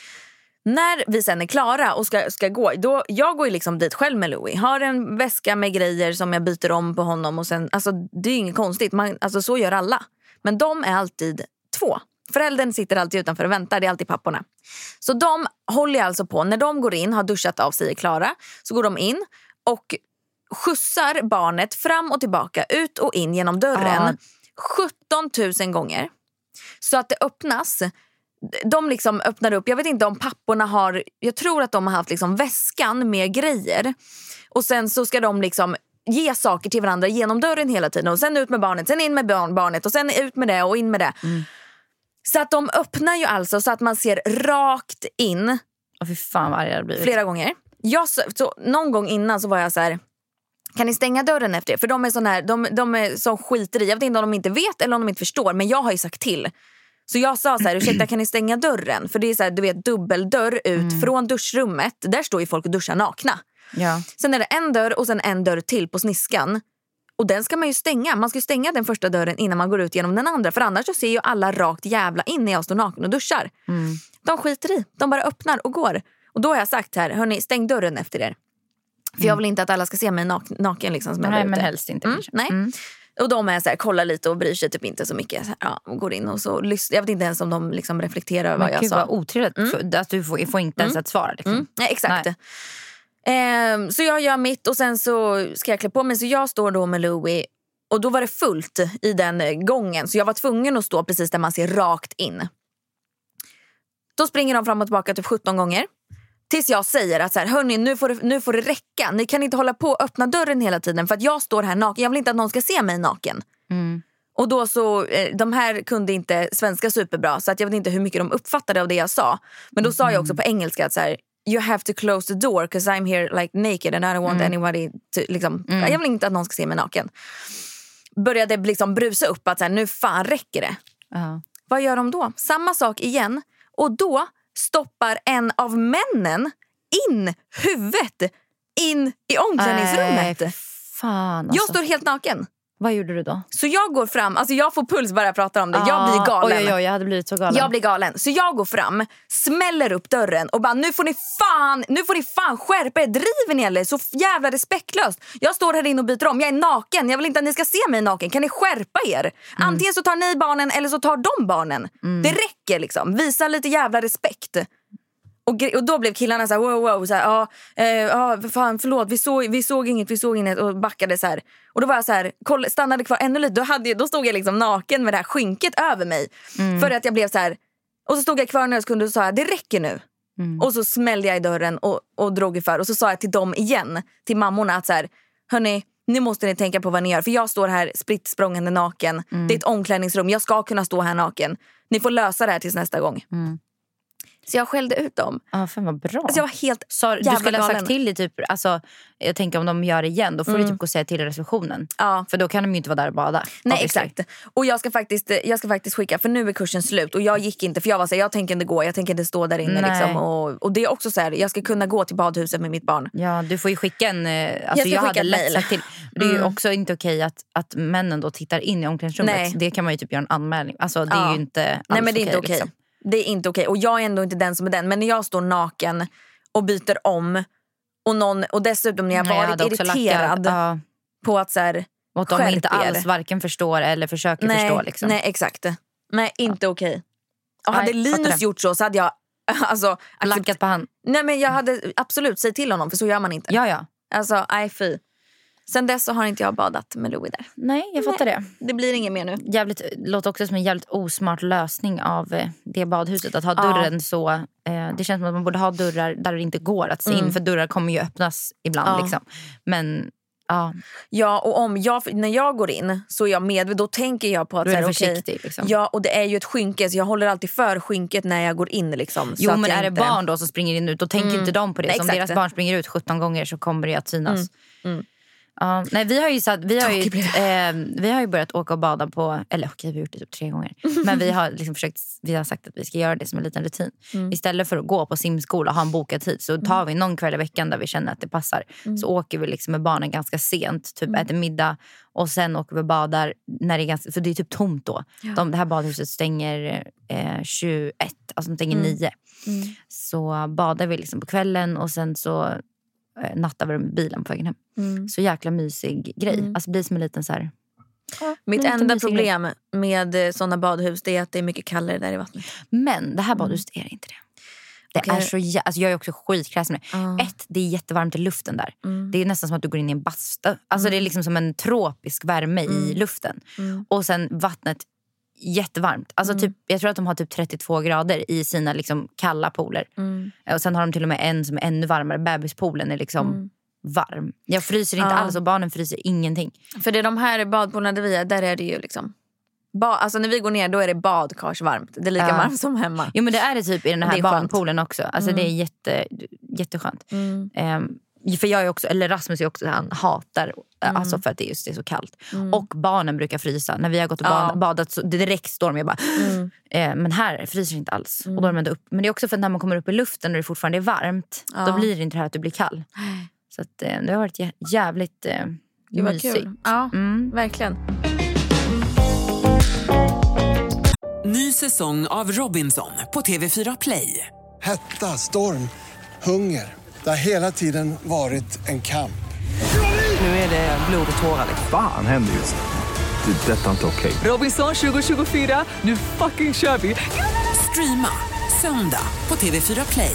När vi sen är klara och ska, ska gå, då, jag går ju liksom dit själv med Louis. Har en väska med grejer som jag byter om på honom. Och sen, alltså, det är ju inget konstigt, Man, alltså, så gör alla. Men de är alltid två. Föräldern sitter alltid utanför och väntar, det är alltid papporna. Så de håller alltså på, när de går in, har duschat av sig, är klara. Så går de in och skjutsar barnet fram och tillbaka, ut och in genom dörren ah. sjutton tusen gånger. Så att det öppnas. De liksom öppnar upp, jag vet inte om papporna har, jag tror att de har haft liksom väskan med grejer. Och sen så ska de liksom ge saker till varandra genom dörren hela tiden. Och sen ut med barnet, sen in med barn, barnet och sen ut med det och in med det. Mm. Så att de öppnar ju alltså så att man ser rakt in. Och fy fan vad arg det blir. Flera gånger. Jag, så, så, någon gång innan så var jag så här: kan ni stänga dörren efter det? För de är sån här, de, de är som skiter i. Jag vet inte om de inte vet eller om de inte förstår. Men jag har ju sagt till. Så jag sa så här: ursäkta, kan ni stänga dörren? För det är så här, du vet, dubbeldörr ut mm. från duschrummet. Där står ju folk och duschar nakna. Ja. Sen är det en dörr och sen en dörr till på sniskan. Och den ska man ju stänga. Man ska ju stänga den första dörren innan man går ut genom den andra. För annars så ser ju alla rakt jävla in när jag står naken och duschar. Mm. De skiter i. De bara öppnar och går. Och då har jag sagt här: hörni, stäng dörren efter er. För mm. jag vill inte att alla ska se mig nak- naken liksom, som jag nej, men helst inte. Mm, nej. Mm. Och de är så här, kollar lite och bryr sig typ inte så mycket. Så här, ja, och går in och så lyssnar. Jag vet inte ens om de liksom reflekterar över vad jag sa. Men gud vad otrevligt. Mm. Att du får, får inte ens mm. ett svar. Liksom. Mm. Nej, exakt. Eh, så jag gör mitt och sen så ska jag klä på mig. Så jag står då med Louis. Och då var det fullt i den gången. Så jag var tvungen att stå precis där man ser rakt in. Då springer de fram och tillbaka typ sjutton gånger. Tills jag säger att så här, hörni, nu får, det, nu får det räcka. Ni kan inte hålla på och öppna dörren hela tiden. För att jag står här naken. Jag vill inte att någon ska se mig naken. Mm. Och då så, de här kunde inte svenska superbra. Så att jag vet inte hur mycket de uppfattade av det jag sa. Men då mm. sa jag också på engelska att så här: you have to close the door because I'm here like naked and I don't want mm. anybody to, liksom, mm. jag vill inte att någon ska se mig naken. Började liksom brusa upp att så här, nu fan räcker det. Uh-huh. Vad gör de då? Samma sak igen. Och då stoppar en av männen in huvudet in i omklädningsrummet. Äh, fan, alltså. Jag står helt naken. Vad gjorde du då? Så jag går fram, alltså jag får puls bara jag pratar om det. Ah, jag blir galen. Oj, oj, oj, jag hade blivit så galen. Jag blir galen. Så jag går fram, smäller upp dörren och bara, nu får ni fan, nu får ni fan skärpa er. Driver ni eller? Så jävla respektlöst. Jag står här inne och byter om. Jag är naken. Jag vill inte att ni ska se mig naken. Kan ni skärpa er? Mm. Antingen så tar ni barnen eller så tar de barnen. Mm. Det räcker liksom. Visa lite jävla respekt. Och, och då blev killarna så här, wow, wow, så här, ja, eh, ja, fan, förlåt, vi såg, vi såg inget, vi såg inget och backade så här. Och då var jag så här, koll, stannade kvar ännu lite, då, hade jag, då stod jag liksom naken med det här skynket över mig. Mm. För att jag blev så här, och så stod jag kvar några sekunder och sa, det räcker nu. Mm. Och så smällde jag i dörren och, och drog ifrån. Och så sa jag till dem igen, till mammorna att så här, hörni, nu måste ni tänka på vad ni gör. För jag står här spritt språngande naken. Mm. Det är ett omklädningsrum, jag ska kunna stå här naken. Ni får lösa det här tills nästa gång. Mm. Så jag skällde ut dem. Ja, ah, fan vad bra. Alltså jag var helt så, du skulle ha sagt till i typ, alltså, jag tänker om de gör det igen, då får mm. du typ gå och säga till i receptionen. Ja. För då kan de ju inte vara där och bada. Nej, exakt. Och jag ska, faktiskt, jag ska faktiskt skicka, för nu är kursen slut. Och jag gick inte, för jag var så här, jag tänker inte gå, jag tänker inte stå där inne. Liksom, och, och det är också så här, jag ska kunna gå till badhuset med mitt barn. Ja, du får ju skicka en, alltså jag, jag skicka hade lätt sagt till. Det är ju mm. också inte okej att, att männen då tittar in i omklädningsrummet. Nej. Det kan man ju typ göra en anmälning. Alltså det är ja. ju inte alls Nej, men det är okej, inte okej. Liksom. Det är inte okej. Och jag är ändå inte den som är den. Men när jag står naken och byter om och, någon, och dessutom när jag Nej, varit jag irriterad uh, på att så här, och att de inte alls varken förstår eller försöker nej, förstå. Liksom. Nej, exakt. Nej, inte ja. okej. Och hade nej, Linus gjort så så hade jag alltså, lackat på han. Nej, men jag hade absolut sagt till honom, för så gör man inte. Ja, ja. Alltså, nej fy. Sen dess så har inte jag badat med Louis där. Nej, jag fattar Nej, det. Det blir inget mer nu. Jävligt, låter också som en jävligt osmart lösning av eh, det badhuset. Att ha dörren ja. så... Eh, det känns som att man borde ha dörrar där det inte går att se mm. in. För dörrar kommer ju öppnas ibland. Ja. Liksom. Men... Ja. ja, och om jag, när jag går in så är jag med, då tänker jag på att... Då är du försiktig. Okay, liksom. Ja, och det är ju ett skynke, så jag håller alltid för skynket när jag går in. Liksom, jo, så men är inte... det barn då som springer in ut, då tänker mm. inte de på det. Nej, om deras barn springer ut sjutton gånger så kommer det att synas. Mm. Mm. Uh, nej, vi har ju satt, vi har ju, eh, vi har ju börjat åka och bada på, eller okej, vi har gjort det typ tre gånger. Men vi har liksom försökt, vi har sagt att vi ska göra det som en liten rutin. Mm. Istället för att gå på simskola och ha en bokad tid, så tar vi någon kväll i veckan där vi känner att det passar. Mm. Så åker vi liksom med barnen ganska sent, typ mm. äter middag och sen åker vi och badar när det är ganska, för det är typ tomt då. Ja. De, det här badhuset stänger eh, tjugoett, alltså de stänger mm. nio. Mm. Så badar vi liksom på kvällen och sen så nattar vi med bilen på vägen hem. Mm. Så jäkla mysig grej. Mm. Alltså det blir som en liten så här... Ja, mitt enda problem grej. med sådana badhus, det är att det är mycket kallare där i vattnet. Men det här badhuset mm. är inte det. Det okay. är så jä... alltså jag är också skitkräsen med det. Uh. Ett, det är jättevarmt i luften där. Mm. Det är nästan som att du går in i en bastu. Alltså mm. det är liksom som en tropisk värme mm. i luften. Mm. Och sen vattnet jättevarmt. Alltså mm. typ, jag tror att de har typ trettiotvå grader i sina liksom kalla pooler. Mm. Och sen har de till och med en som är ännu varmare. Bebispoolen är liksom mm. varm. Jag fryser inte ja. alls och barnen fryser ingenting. För det är de här badpoolerna där vi är, där är det ju liksom... Ba- alltså när vi går ner då är det badkarsvarmt. Det är lika ja. varmt som hemma. Jo, men det är det typ i den här barnpoolen också. Alltså mm. det är jätte, jätteskönt. Mm. Um, för jag är också, eller Rasmus är också, han hatar mm. alltså för att det just är så kallt. Mm. Och barnen brukar frysa. När vi har gått och bad, ja. badat så det direkt storm jag bara. Mm. Eh, men här fryser inte alls. Mm. Och då är man upp. Men det är också för att när man kommer upp i luften och det fortfarande är varmt, ja. då blir det inte det här att du blir kall. Så att, eh, det har varit jä- jävligt eh, det var mysigt. Kul. Ja, mm. verkligen. Ny säsong av Robinson på T V fyra Play. Hetta, storm, hunger. Det har hela tiden varit en kamp. Nu är det blod och tårar. Fan händer just det. Det är detta inte okej. Robinson tjugo tjugofyra, nu fucking kör vi. Streama söndag på T V fyra Play.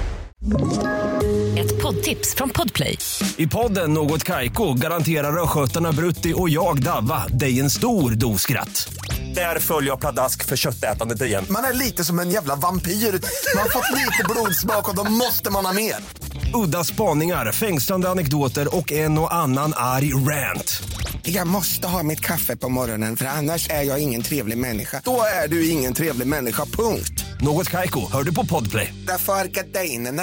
Ett poddtips från Podplay. I podden Något Kaiko garanterar röskötarna Brutti och jag Davva dig en stor doskratt. Där följer jag pladask för köttätandet igen. Man är lite som en jävla vampyr. Man har fått lite blodsmak och då måste man ha mer. Udda spaningar, fängslande anekdoter och en och annan arg rant. Jag måste ha mitt kaffe på morgonen, för annars är jag ingen trevlig människa. Då är du ingen trevlig människa, punkt. Något Kaiko, hör du på Podplay. Därför är gardinerna.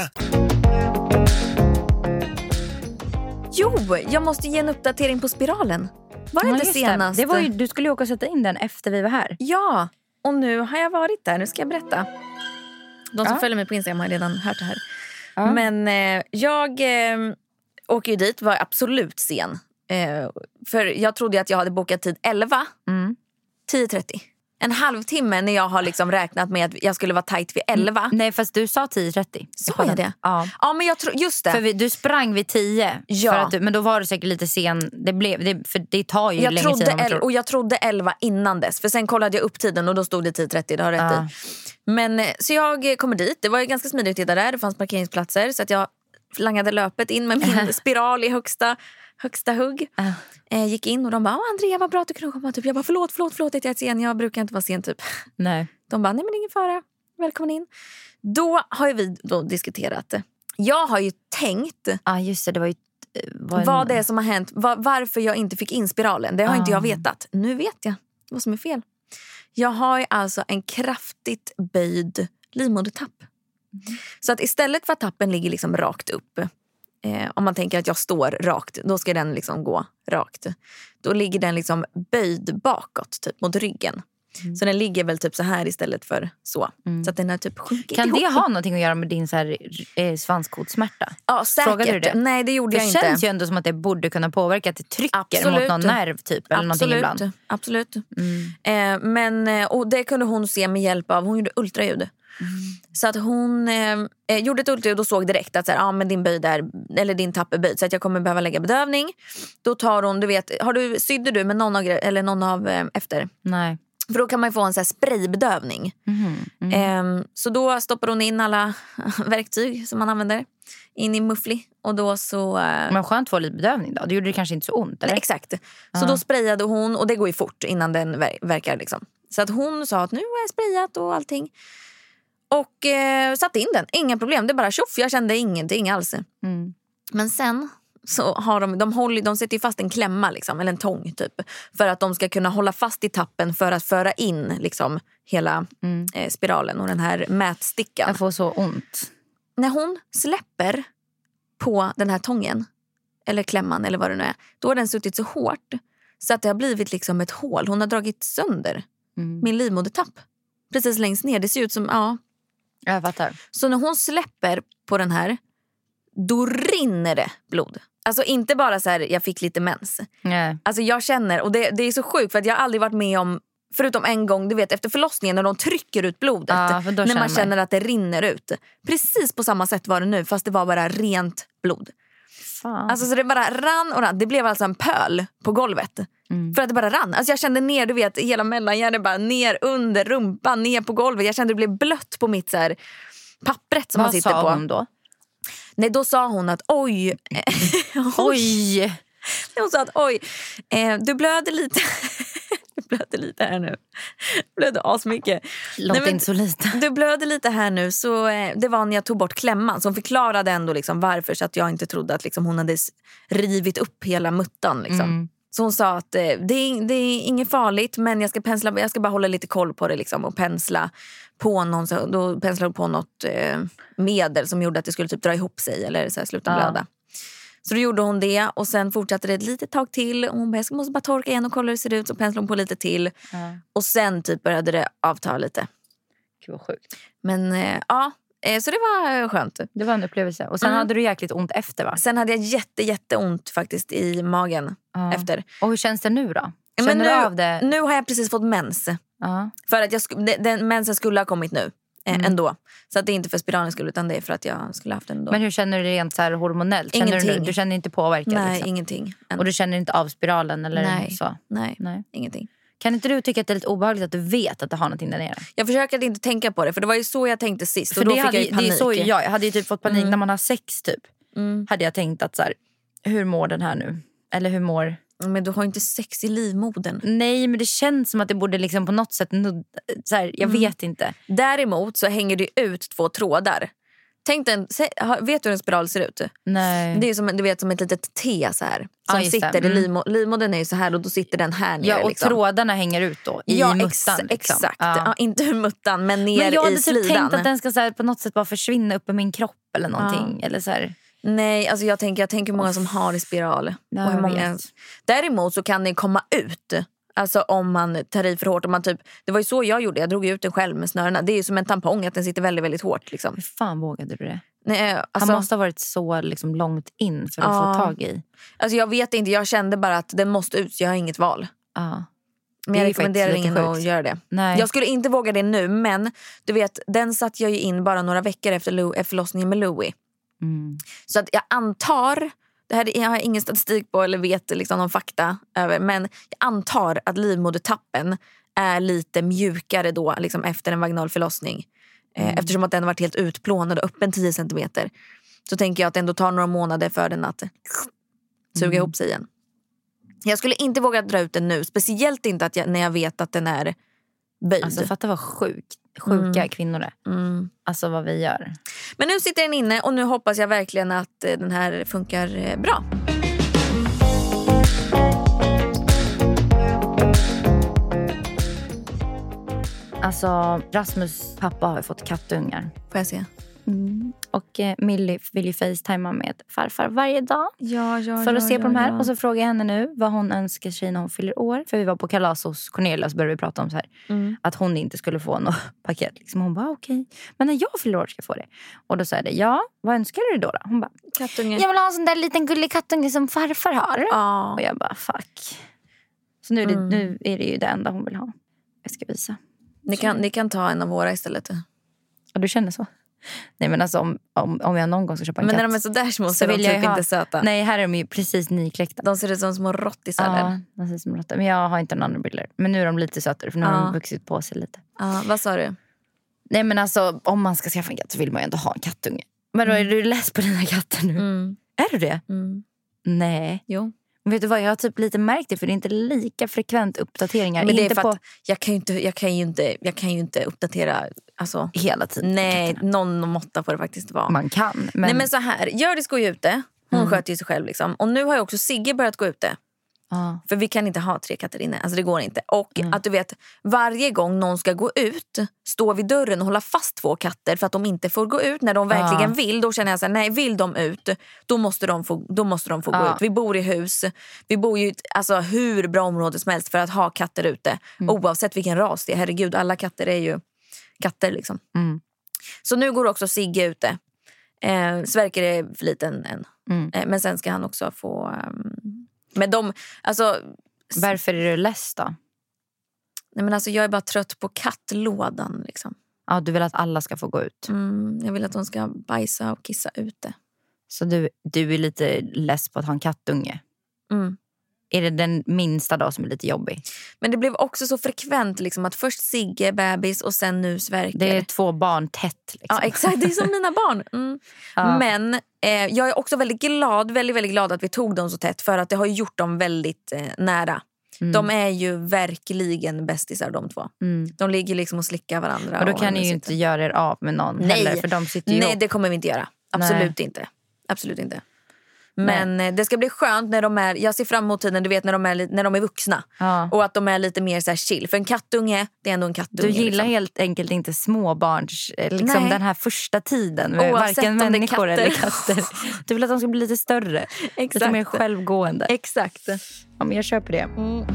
Jo, jag måste ge en uppdatering på spiralen. Var det ja, inte senast? Det. Det var ju, du skulle ju åka och sätta in den efter vi var här. Ja, och nu har jag varit där. Nu ska jag berätta. De som ja. följer mig på Instagram har redan hört det här. Ja. Men eh, jag eh, åker ju dit, var absolut sen. Eh, för jag trodde att jag hade bokat tid elva. Mm. tio trettio. en halvtimme när jag har liksom räknat med att jag skulle vara tajt vid elva. Mm. Nej, fast du sa tio trettio. Sa jag det? Ja. Ja, men jag tror, just det. För vi, du sprang vid tio. Ja. För att du, men då var du säkert lite sen. Det blev, det, för det tar ju jag länge trodde tid. el- och jag trodde elva innan dess. För sen kollade jag upp tiden och då stod det tio trettio. Det har rätt ja. i. Men så jag kommer dit. Det var ju ganska smidigt att titta där. Det fanns parkeringsplatser. Så att jag langade löpet in med min spiral i högsta... Högsta hugg. Uh. Eh, gick in och de bara, Andrea vad bra att du kunde komma. Typ. Jag bara, förlåt, förlåt, förlåt att jag är sen. Jag brukar inte vara sen typ. Nej. De bara, nej men ingen fara. Välkommen in. Då har ju vi då diskuterat. Jag har ju tänkt. Ja ah, just det, det var ju. Var en... Vad det är som har hänt. Var, varför jag inte fick in spiralen. Det har ah. inte jag vetat. Nu vet jag vad som är fel. Jag har ju alltså en kraftigt böjd livmodertapp. Mm. Så att istället för att tappen ligger liksom rakt upp. Eh, om man tänker att jag står rakt, då ska den liksom gå rakt. Då ligger den liksom böjd bakåt, typ mot ryggen. Mm. Så den ligger väl typ så här istället för så. Mm. Så att den är typ sjunkit Kan ihop. det ha någonting att göra med din så här, eh, svanskotsmärta? Ja, säkert. Frågade du det? Nej, det gjorde det jag inte. Det känns ju ändå som att det borde kunna påverka att det trycker Absolut. mot någon nerv typ. Eller Absolut. någonting ibland. Absolut. Mm. Eh, men, och det kunde hon se med hjälp av, hon gjorde ultraljud. Mm. Så att hon eh, gjorde ett ultraljud och såg direkt att så här, ah, men din böjd är, eller din tapp är böjd, så att jag kommer behöva lägga bedövning. Då tar hon, du vet, har du sydde du med någon av eller någon av eh, efter? Nej. För då kan man ju få en så här spraybedövning. Mm. Mm. Eh, så då stoppar hon in alla verktyg som man använder in i muffli och då så eh... Men skönt få lite bedövning då. Det gjorde det kanske inte så ont eller? Nej, exakt. Så uh. då sprayade hon och det går ju fort innan den ver- verkar liksom. Så att hon sa att nu har jag sprayat och allting. Och eh, satte in den, inga problem. Det är bara tjoff, jag kände ingenting alls. Mm. Men sen så har de, de, håller, de sätter ju fast en klämma liksom, eller en tång typ. För att de ska kunna hålla fast i tappen för att föra in liksom hela mm. eh, spiralen och den här mätstickan. Jag får så ont. När hon släpper på den här tången, eller klämman eller vad det nu är, då har den suttit så hårt så att det har blivit liksom ett hål. Hon har dragit sönder mm. min livmodertapp. Precis längst ner, det ser ut som, ja. Jag fattar. Så när hon släpper på den här, då rinner det blod. Alltså inte bara så här, jag fick lite mens. Nej. Alltså jag känner, och det, det är så sjukt för att jag har aldrig varit med om, förutom en gång, du vet, efter förlossningen när de trycker ut blodet. Ja, när man känner, känner att det rinner ut. Precis på samma sätt var det nu, fast det var bara rent blod. Fan. Alltså så det bara rann och rann. Det blev alltså en pöl på golvet. Mm. För att det bara rann. Alltså jag kände ner, du vet, hela mellangärdet bara ner under rumpan, ner på golvet. Jag kände det blev blött på mitt så här pappret som Vad man sitter på. Vad sa hon då? Nej, då sa hon att oj. oj. Hon sa att oj, eh, du blöder lite. Du blöder lite här nu. Blöder asmycket. Låter Nej, inte så lite. Du blöder lite här nu. Så eh, det var när jag tog bort klämman. Så hon förklarade ändå liksom varför. Så att jag inte trodde att liksom, hon hade rivit upp hela muttan. Liksom. Mm. Så hon sa att eh, det, är, det är inget farligt. Men jag ska, pensla, jag ska bara hålla lite koll på det. Liksom, och pensla på någon, så, då penslade hon på något eh, medel som gjorde att det skulle typ dra ihop sig. Eller så här, sluta ja. blöda. Så då gjorde hon det och sen fortsatte det ett litet tag till. Och hon bara, jag måste bara torka igen och kolla hur det ser ut. Så penslade hon på lite till. Mm. Och sen typ började det avta lite. Gud vad sjukt. Men eh, ja, eh, så det var skönt. Det var en upplevelse. Och sen mm. hade du jäkligt ont efter va? Sen hade jag jätte, jätte ont faktiskt i magen mm. efter. Och hur känns det nu då? Känner Men nu, du av det? Nu har jag precis fått mens. Mm. För att jag, den mensen skulle ha kommit nu. Mm. Ändå. Så att det är inte för spiralen skulle utan det är för att jag skulle haft den ändå. Men hur känner du rent så här hormonellt? Känner ingenting. Du, du känner inte påverkan? Nej, liksom? ingenting. Och du känner inte av spiralen? Eller nej. Så? Nej, nej, ingenting. Kan inte du tycka att det är lite obehagligt att du vet att du har någonting där nere? Jag försöker att inte tänka på det. För det var ju så jag tänkte sist. För och då det fick hade, jag ju panik. Det är så jag, jag hade ju typ fått panik mm. när man har sex typ. Mm. Hade jag tänkt att så här, hur mår den här nu? Eller hur mår... Men du har ju inte sex i livmodern. Nej, men det känns som att det borde liksom på något sätt nudda, så här, jag mm. vet inte. Däremot så hänger det ut två trådar. Tänk den, vet du hur en spiral ser ut? Nej. Det är som, du vet, som ett litet T så här. Som ja, sitter mm. i livmodern. Livmodern är ju så här och då sitter den här nere. Ja, och liksom. trådarna hänger ut då i ja, muttan. Ex- liksom. Exakt, ja. Ja, inte ur muttan men ner men jag i slidan. Jag hade typ tänkt att den ska så här, på något sätt bara försvinna upp i min kropp eller någonting. Ja. Eller så här. Nej, alltså jag tänker, jag tänker hur många som har i spiral. Ja, och hur många... Däremot så kan det komma ut. Alltså om man tar i för hårt. Om man typ, det var ju så jag gjorde, jag drog ut den själv med snörena. Det är ju som en tampong att den sitter väldigt, väldigt hårt. Liksom. Hur fan vågade du det? Nej, alltså... Han måste ha varit så liksom, långt in för att ja. få tag i. Alltså jag vet inte, jag kände bara att den måste ut, jag har inget val. Ja. Men jag rekommenderar ingen att göra det. Nej. Jag skulle inte våga det nu, men du vet, den satt jag ju in bara några veckor efter, Lou, efter förlossningen med Louie. Mm. Så att jag antar, det här jag har ingen statistik på eller vet liksom någon fakta över, men jag antar att livmodertappen är lite mjukare då liksom efter en vaginal förlossning. Mm. Eh, eftersom att den har varit helt utplånad och öppen tio centimeter. Så tänker jag att det ändå tar några månader för den att suga mm. ihop sig igen. Jag skulle inte våga dra ut den nu. Speciellt inte att jag, när jag vet att den är böjd. Alltså fatta vad sjuk, sjuka mm. kvinnor är. Mm. Alltså vad vi gör. Men nu sitter den inne och nu hoppas jag verkligen att den här funkar bra. Alltså Rasmus pappa har fått kattungar. Får jag se? Mm. Och eh, Millie vill ju facetima med farfar varje dag. Ja, ja, för att ja, se ja, på de här. ja. Och så frågar jag henne nu vad hon önskar sig när hon fyller år. För vi var på kalas hos Cornelia, så började vi prata om så här. Mm. Att hon inte skulle få något paket. Liksom. Hon bara okej. Okay. Men när jag fyller år ska jag få det. Och då sa det, ja, vad önskar du då? då? Hon bara, kattunge. Jag vill ha en sån där liten gullig kattunge som farfar har. Ja. Och jag bara, fuck. Så nu är, det, mm. nu är det ju det enda hon vill ha. Jag ska visa. Ni kan, ni kan ta en av våra istället. Och du känner så? Nej men alltså om, om, om jag någon gång ska köpa en men katt. Men när de är så där små så, så är de vill jag typ ha, inte söta. Nej, här är de ju precis nykläckta. De ser ut som små rottisar. Ja, de ser ut som rottar. Men jag har inte någon andra bilder. Men nu är de lite sötare för nu ja. har de vuxit på sig lite. Ja, vad sa du? Nej men alltså om man ska skaffa en katt så vill man ju ändå ha en kattunge. Men då är du less på dina katter nu? Mm. Är du det? Mm. Nej. Jo. Men vet du vad, jag har typ lite märkt det, för det är inte lika frekvent uppdateringar. Men det är inte för på... att jag kan ju inte, jag kan ju inte, jag kan ju inte uppdatera alltså, hela tiden. Nej, någon måtta får det faktiskt vara. Man kan. Men... Nej men så här, Hjördis går ju ute. Hon mm. sköter ju sig själv liksom. Och nu har ju också Sigge börjat gå ute. Ah. För vi kan inte ha tre katter inne. Alltså det går inte. Och mm. att du vet, varje gång någon ska gå ut, stå vid dörren och hålla fast två katter för att de inte får gå ut när de verkligen ah. vill. Då känner jag så här, nej, vill de ut, då måste de få, då måste de få ah. gå ut. Vi bor i hus. Vi bor ju alltså hur bra område som helst för att ha katter ute. Mm. Oavsett vilken ras det är. Herregud, alla katter är ju katter liksom. Mm. Så nu går också Sigge ute. Eh, Sverker är för liten än. Mm. Eh, men sen ska han också få... Um, Men de, alltså... Varför är du less då? Nej men alltså jag är bara trött på kattlådan liksom. Ja, du vill att alla ska få gå ut. Mm, jag vill att de ska bajsa och kissa ute. Så du, du är lite less på att ha en kattunge? Mm. Är det den minsta då som är lite jobbig? Men det blev också så frekvent liksom, att först Sigge, bebis och sen nu Sverker. Det är två barn tätt liksom. Ja exakt, det är som mina barn. Mm. Ja. Men eh, jag är också väldigt glad, väldigt väldigt glad att vi tog dem så tätt. För att det har gjort dem väldigt eh, nära. Mm. De är ju verkligen bästisar de två. Mm. De ligger liksom och slickar varandra. Och då kan ni ju inte göra er av med någon. Nej. Heller, för de sitter ju Nej upp. Det kommer vi inte göra. Absolut Nej. inte. Absolut inte. Men Nej. det ska bli skönt när de är, jag ser fram emot tiden, du vet när de är, när de är vuxna. Ja. Och att de är lite mer så här chill. För en kattunge, det är ändå en kattunge. Du gillar liksom. helt enkelt inte småbarns, liksom den här första tiden. Med varken människor eller katter. Du vill att de ska bli lite större. Exakt. Lite mer självgående. Exakt. Ja, men jag köper det. Mm.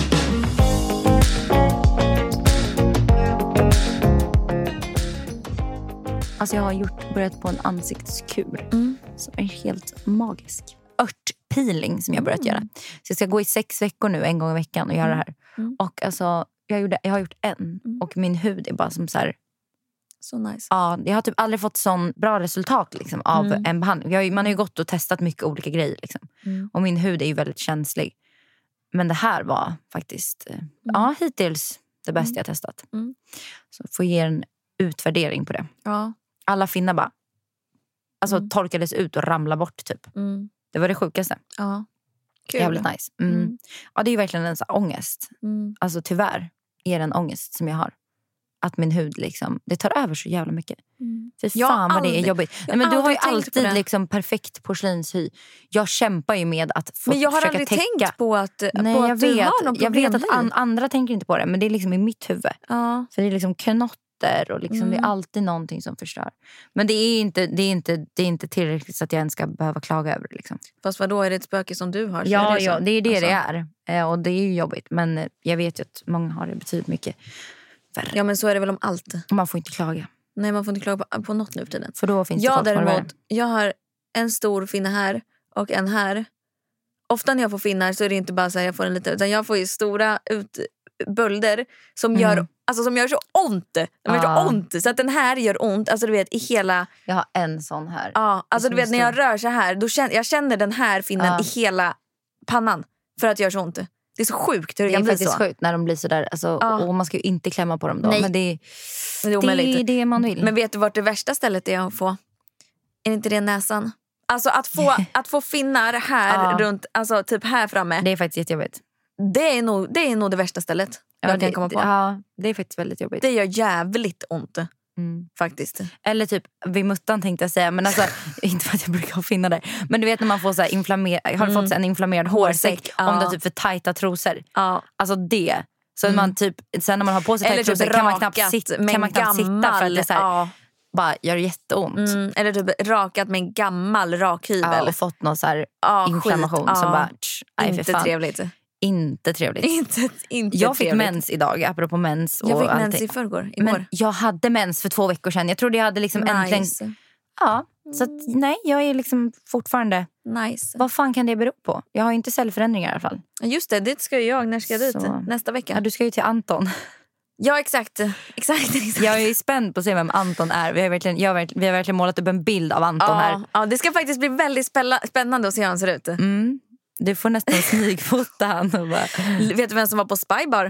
Alltså jag har gjort, börjat på en ansiktskur mm. som är helt magisk. Örtpeeling som jag börjat mm. göra. Så jag ska gå i sex veckor nu, en gång i veckan och göra mm. det här. Mm. Och alltså, jag, gjorde, jag har gjort en. Mm. Och min hud är bara som så här... Så nice. Ja, jag har typ aldrig fått sån bra resultat liksom, av mm. en behandling. Jag har, man har ju gått och testat mycket olika grejer. Liksom. Mm. Och min hud är ju väldigt känslig. Men det här var faktiskt, mm. ja hittills det bästa mm. jag testat. Mm. Så får ge en utvärdering på det. Ja. Alla finnar bara alltså mm. torkades ut och ramlade bort typ. Mm. Det var det sjukaste. Ja. Kul. Jävligt nice. Mm. Mm. Ja, det är ju verkligen en sån här ångest. Mm. Alltså tyvärr är det en ångest som jag har. Att min hud liksom, det tar över så jävla mycket. Mm. För fan vad det är jobbigt. Nej, men du har ju alltid liksom perfekt porslinshy. Jag kämpar ju med att få Men jag har försöka aldrig täcka. tänkt på att, Nej, på att jag du vet, har någon Jag vet att an, andra tänker inte på det. Men det är liksom i mitt huvud. Ja. För det är liksom knotter. Och liksom mm. det är alltid någonting som förstör. Men det är inte, det är inte, det är inte tillräckligt så att jag ens ska behöva klaga över det. Liksom. Fast vad då är det ett spöke som du har? Ja, är det, ja, det är det alltså. Det är. Och det är ju jobbigt. Men jag vet ju att många har det betydligt mycket. Ja men så är det väl om allt. Man får inte klaga. Nej man får inte klaga på, på något nu för tiden. För då finns det jag folk däremot, jag har en stor finne här och en här. Ofta när jag får finnar så är det inte bara så här jag får en liten. Utan jag får ju stora ut, bölder som, mm. gör, alltså, som gör så ont. De gör ah. så ont. Så att den här gör ont. Alltså du vet i hela... Jag har en sån här. Ja, alltså du vet när jag rör så här. Då känner, jag känner den här finnen ah. i hela pannan. För att det gör så ont. Det är så sjukt hur det, det kan bli så. Det är faktiskt sjukt när de blir så där. Alltså, ah. Och man ska ju inte klämma på dem då. Nej. Men det är det är, det, är det man vill. Men vet du vart det värsta stället är att få? Är inte det näsan? Alltså att få, att få finnar här ah. runt, alltså typ här framme. Det är faktiskt jättejobbigt. Det är nog det, är nog det värsta stället. Ja, jag det, kan komma på. Ja, det är faktiskt väldigt jobbigt. Det gör jävligt ont. Mm. Faktiskt. Eller typ vid muttan tänkte jag säga. Men alltså, inte för att jag brukar finna det. Men du vet när man får så här inflammer- Har du mm. fått så en inflammerad hårsäck ja. Om du har typ för tajta trosor. Ja. Alltså det. Så mm. man typ, sen när man har på sig tajta trosor typ kan man knappt, sit, kan man knappt sitta för att det så här, ja. bara gör jätteont. Mm. Eller typ rakat med en gammal rakhyvel. Ja, och fått någon så här ja, inflammation ja. som bara... Tsch, nej, inte för trevligt. Inte trevligt. inte, inte jag fick trevligt. mens idag, apropå mens. Och jag fick allting. mens i förrgår. Men jag hade mens för två veckor sedan. Jag trodde jag hade liksom nice. äntligen... Ja, så att, nej, jag är liksom fortfarande... Nice. Vad fan kan det bero på? Jag har ju inte cellförändringar i alla fall. Just det, dit ska jag. När ska jag dit? Så. Nästa vecka. Ja, du ska ju till Anton. Ja, exakt. exakt, exakt. Jag är spänd på att se vem Anton är. Vi har verkligen, jag har verkligen, vi har verkligen målat upp en bild av Anton ja, här. Ja, det ska faktiskt bli väldigt spälla, spännande att se hur han ser ut. Mm. Du får nästan smygfota han. Och bara... Vet du vem som var på Spybar?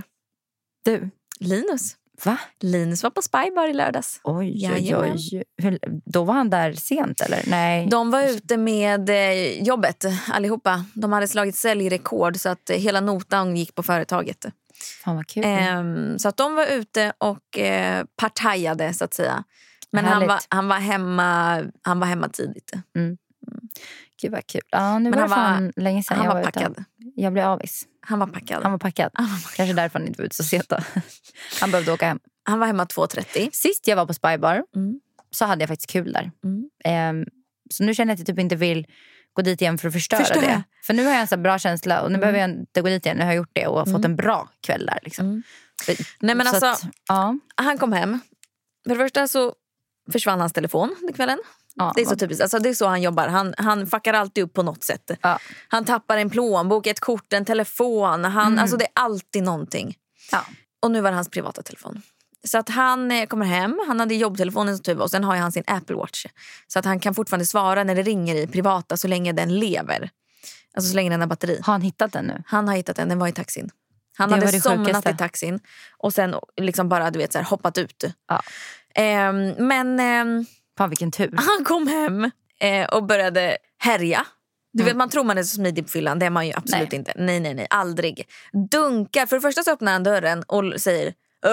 Du. Linus. Va? Linus var på Spybar i lördags. Oj, oj, oj. Hur, då var han där sent, eller? Nej. De var ute med eh, jobbet, allihopa. De hade slagit säljrekord så att eh, hela notan gick på företaget. Fan vad kul. Eh, så att de var ute och eh, partajade, så att säga. Men han var, han, var hemma, han var hemma tidigt. Mm. Mm. Gud vad kul. Ja, nu Men var han fan var, länge sedan han jag var var packad. Ute. Jag blev avis. Han var packad. Han var packad. Han var packad. Kanske därför han inte var ute så sent då. Han behövde åka hem. Han var hemma två trettio. Sist jag var på Spybar mm. så hade jag faktiskt kul där. Mm. Um, så nu känner jag att jag typ inte vill gå dit igen för att förstöra Förstår det. jag. För nu har jag en så bra känsla och nu mm. behöver jag inte gå dit igen. Nu har jag gjort det och mm. fått en bra kväll där. Liksom. Mm. Nej men alltså, att, ja. han kom hem. För det första så försvann hans telefon den kvällen. Ja, det är så typiskt. Alltså, det är så han jobbar. Han, han fuckar alltid upp på något sätt. Ja. Han tappar en plånbok, ett kort, en telefon. Han, mm. Alltså det är alltid någonting. Ja. Och nu var det hans privata telefon. Så att han eh, kommer hem. Han hade jobbtelefonen typ, och sen har han sin Apple Watch. Så att han kan fortfarande svara när det ringer i privata så länge den lever. Alltså så länge den har batteri. Har han hittat den nu? Han har hittat den. Den var i taxin. Han det hade det somnat sjukaste. i taxin. Och sen liksom bara du vet, så här, hoppat ut. Ja. Ehm, men... Ehm, Fan vilken tur. Han kom hem eh, och började härja. Du vet, mm. man tror man är så smidig på fyllan. Det är man ju absolut nej. inte. Nej, nej, nej. Aldrig. Dunkar. För det första så öppnar han dörren och säger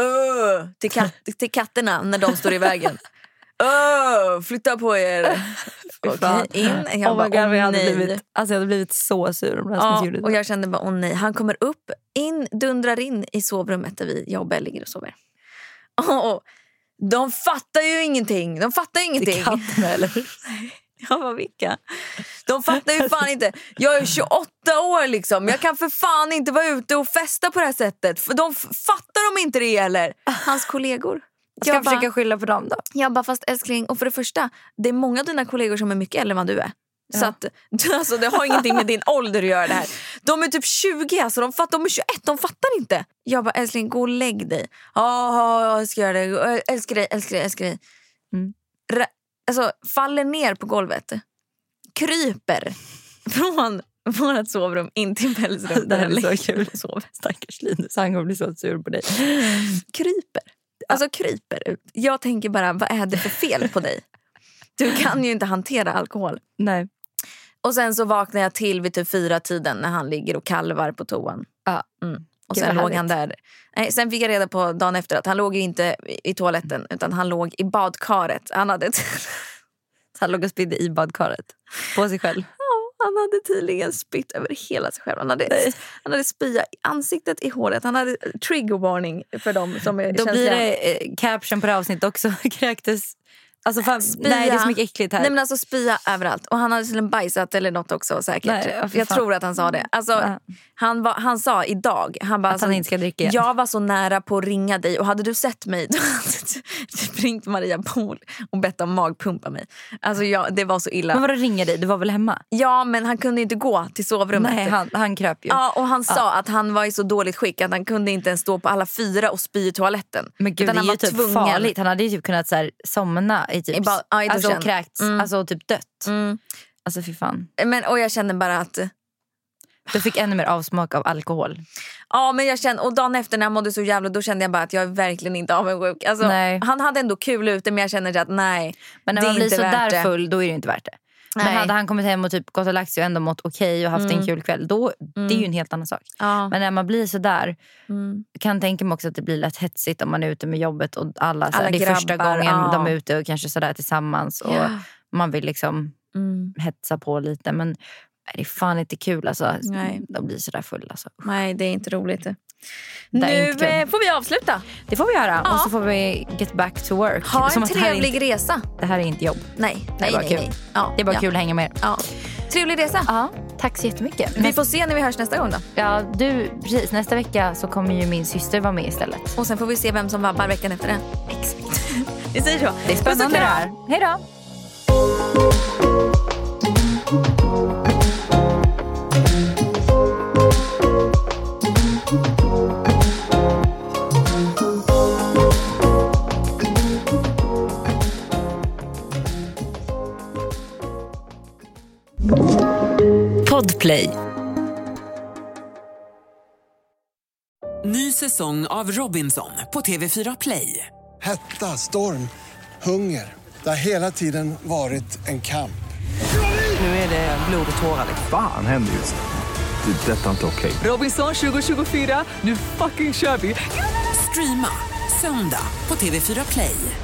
Åh! Till, kat- till katterna när de står i vägen. Åh! Flytta på er. Okej, in. Jag oh bara, God, åh, jag, hade nej. blivit, alltså jag hade blivit så sur om det ja, gjorde det. Och jag kände bara, åh nej. Han kommer upp, in, dundrar in i sovrummet där vi jobbar, ligger och sover. Åh, de fattar ju ingenting. De fattar ingenting. Till katterna eller? Jag bara, vilka? De fattar ju fan inte. Jag är tjugoåtta år liksom. Jag kan för fan inte vara ute och festa på det här sättet. För de f- fattar de inte det eller? Hans kollegor. Ska jag, jag försöka bara, skylla på dem då? Jag bara, fast älskling. Och för det första, det är många av dina kollegor som är mycket äldre än vad du är. Ja. Så att, alltså, det har ingenting med din ålder att göra det här. De är typ tjugo, alltså, de, fattar, de är tjugoett, de fattar inte. Jag bara, älskling, gå och lägg dig. Ja, jag ska göra det. Älskar dig, älskar dig, älskar dig. Mm. Ra- alltså, faller ner på golvet. Kryper från vårt sovrum in till Bells rum. Det här är så kul. Stackars Linus, han kommer bli så sur på dig. Kryper. Alltså kryper ut. Jag tänker bara, vad är det för fel på dig? Du kan ju inte hantera alkohol. Nej. Och sen så vaknar jag till vid typ fyra tiden när han ligger och kalvar på toan. Ja. Mm. Och sen låg han där. Nej, sen fick jag reda på dagen efter att han låg ju inte i toaletten utan han låg i badkaret. Han hade ett... han låg och spydde i badkaret på sig själv. Ja, han hade tydligen spytt över hela sig själv. Han hade, han hade spya i ansiktet, i håret. Han hade trigger warning för dem som är då känsliga. blir det eh, caption på det avsnitt också. Kräktes Alltså fan, nej, det är så mycket äckligt här. Nej men alltså spya överallt. Och han hade tydligen bajsat eller något också säkert. Nej, jag tror att han sa det. Alltså, ja. han, var, han sa idag. Han bara, att han alltså, inte ska dricka igen. Jag var så nära på att ringa dig. Och hade du sett mig då hade du ringt Maria Pohl och bett om magpumpa mig. Alltså jag, det var så illa. Men var det ringa dig? Du var väl hemma? Ja men han kunde inte gå till sovrummet. Nej han, han kröp ju. Ja och han ja. sa att han var i så dåligt skick att han kunde inte ens stå på alla fyra och spy i toaletten. Men gud, det är ju typ tvungen. farligt. Han hade ju typ kunnat så här, somna i typ, I ba- ja, i alltså kräkts, mm. alltså typ dött. Mm. Alltså fy fan. Men, och jag kände bara att... Du fick ännu mer avsmak av alkohol. Ja men jag kände, och dagen efter när jag mådde så jävla, då kände jag bara att jag är verkligen inte avundsjuk. Alltså, han hade ändå kul ute men jag kände att nej, men när det man är blir inte så värt där det. full då är det inte värt det. Nej. Men hade han kommit hem och typ gått och lagt sig och ändå mått okej okay och haft mm. en kul kväll, då mm. det är ju en helt annan sak. Ja. Men när man blir så där mm. kan tänka mig också att det blir lätt hetsigt om man är ute med jobbet och alla, så alla här, det är grabbar, första gången ja. de är ute och kanske sådär tillsammans och ja. man vill liksom mm. hetsa på lite, men nej, det är fan inte kul alltså. Nej. De blir sådär full alltså. Nej, det är inte roligt. Det nu inte får vi avsluta. Det får vi göra. Ja. Och så får vi get back to work. Ha en Som trevlig det inte, resa. Det här är inte jobb. Nej, det nej, är bara nej, kul. nej. Ja. Det är bara ja. kul att hänga med er. Ja. Trevlig resa. Ja, tack så jättemycket. Vi får se när vi hörs nästa gång då. Ja, du, precis. Nästa vecka så kommer ju min syster vara med istället. Och sen får vi se vem som vabbar veckan efter det. Exakt. Vi säger så. Det är spännande det här. Hej då! Podplay. Ny säsong av Robinson på T V fyra Play. Hetta, storm, hunger. Det har hela tiden varit en kamp. Nu är det blod och tårar. Fan händer just det. Det är detta inte okej. Okay. Robinson tjugo tjugofyra, nu fucking kör vi. Streama söndag på T V fyra Play.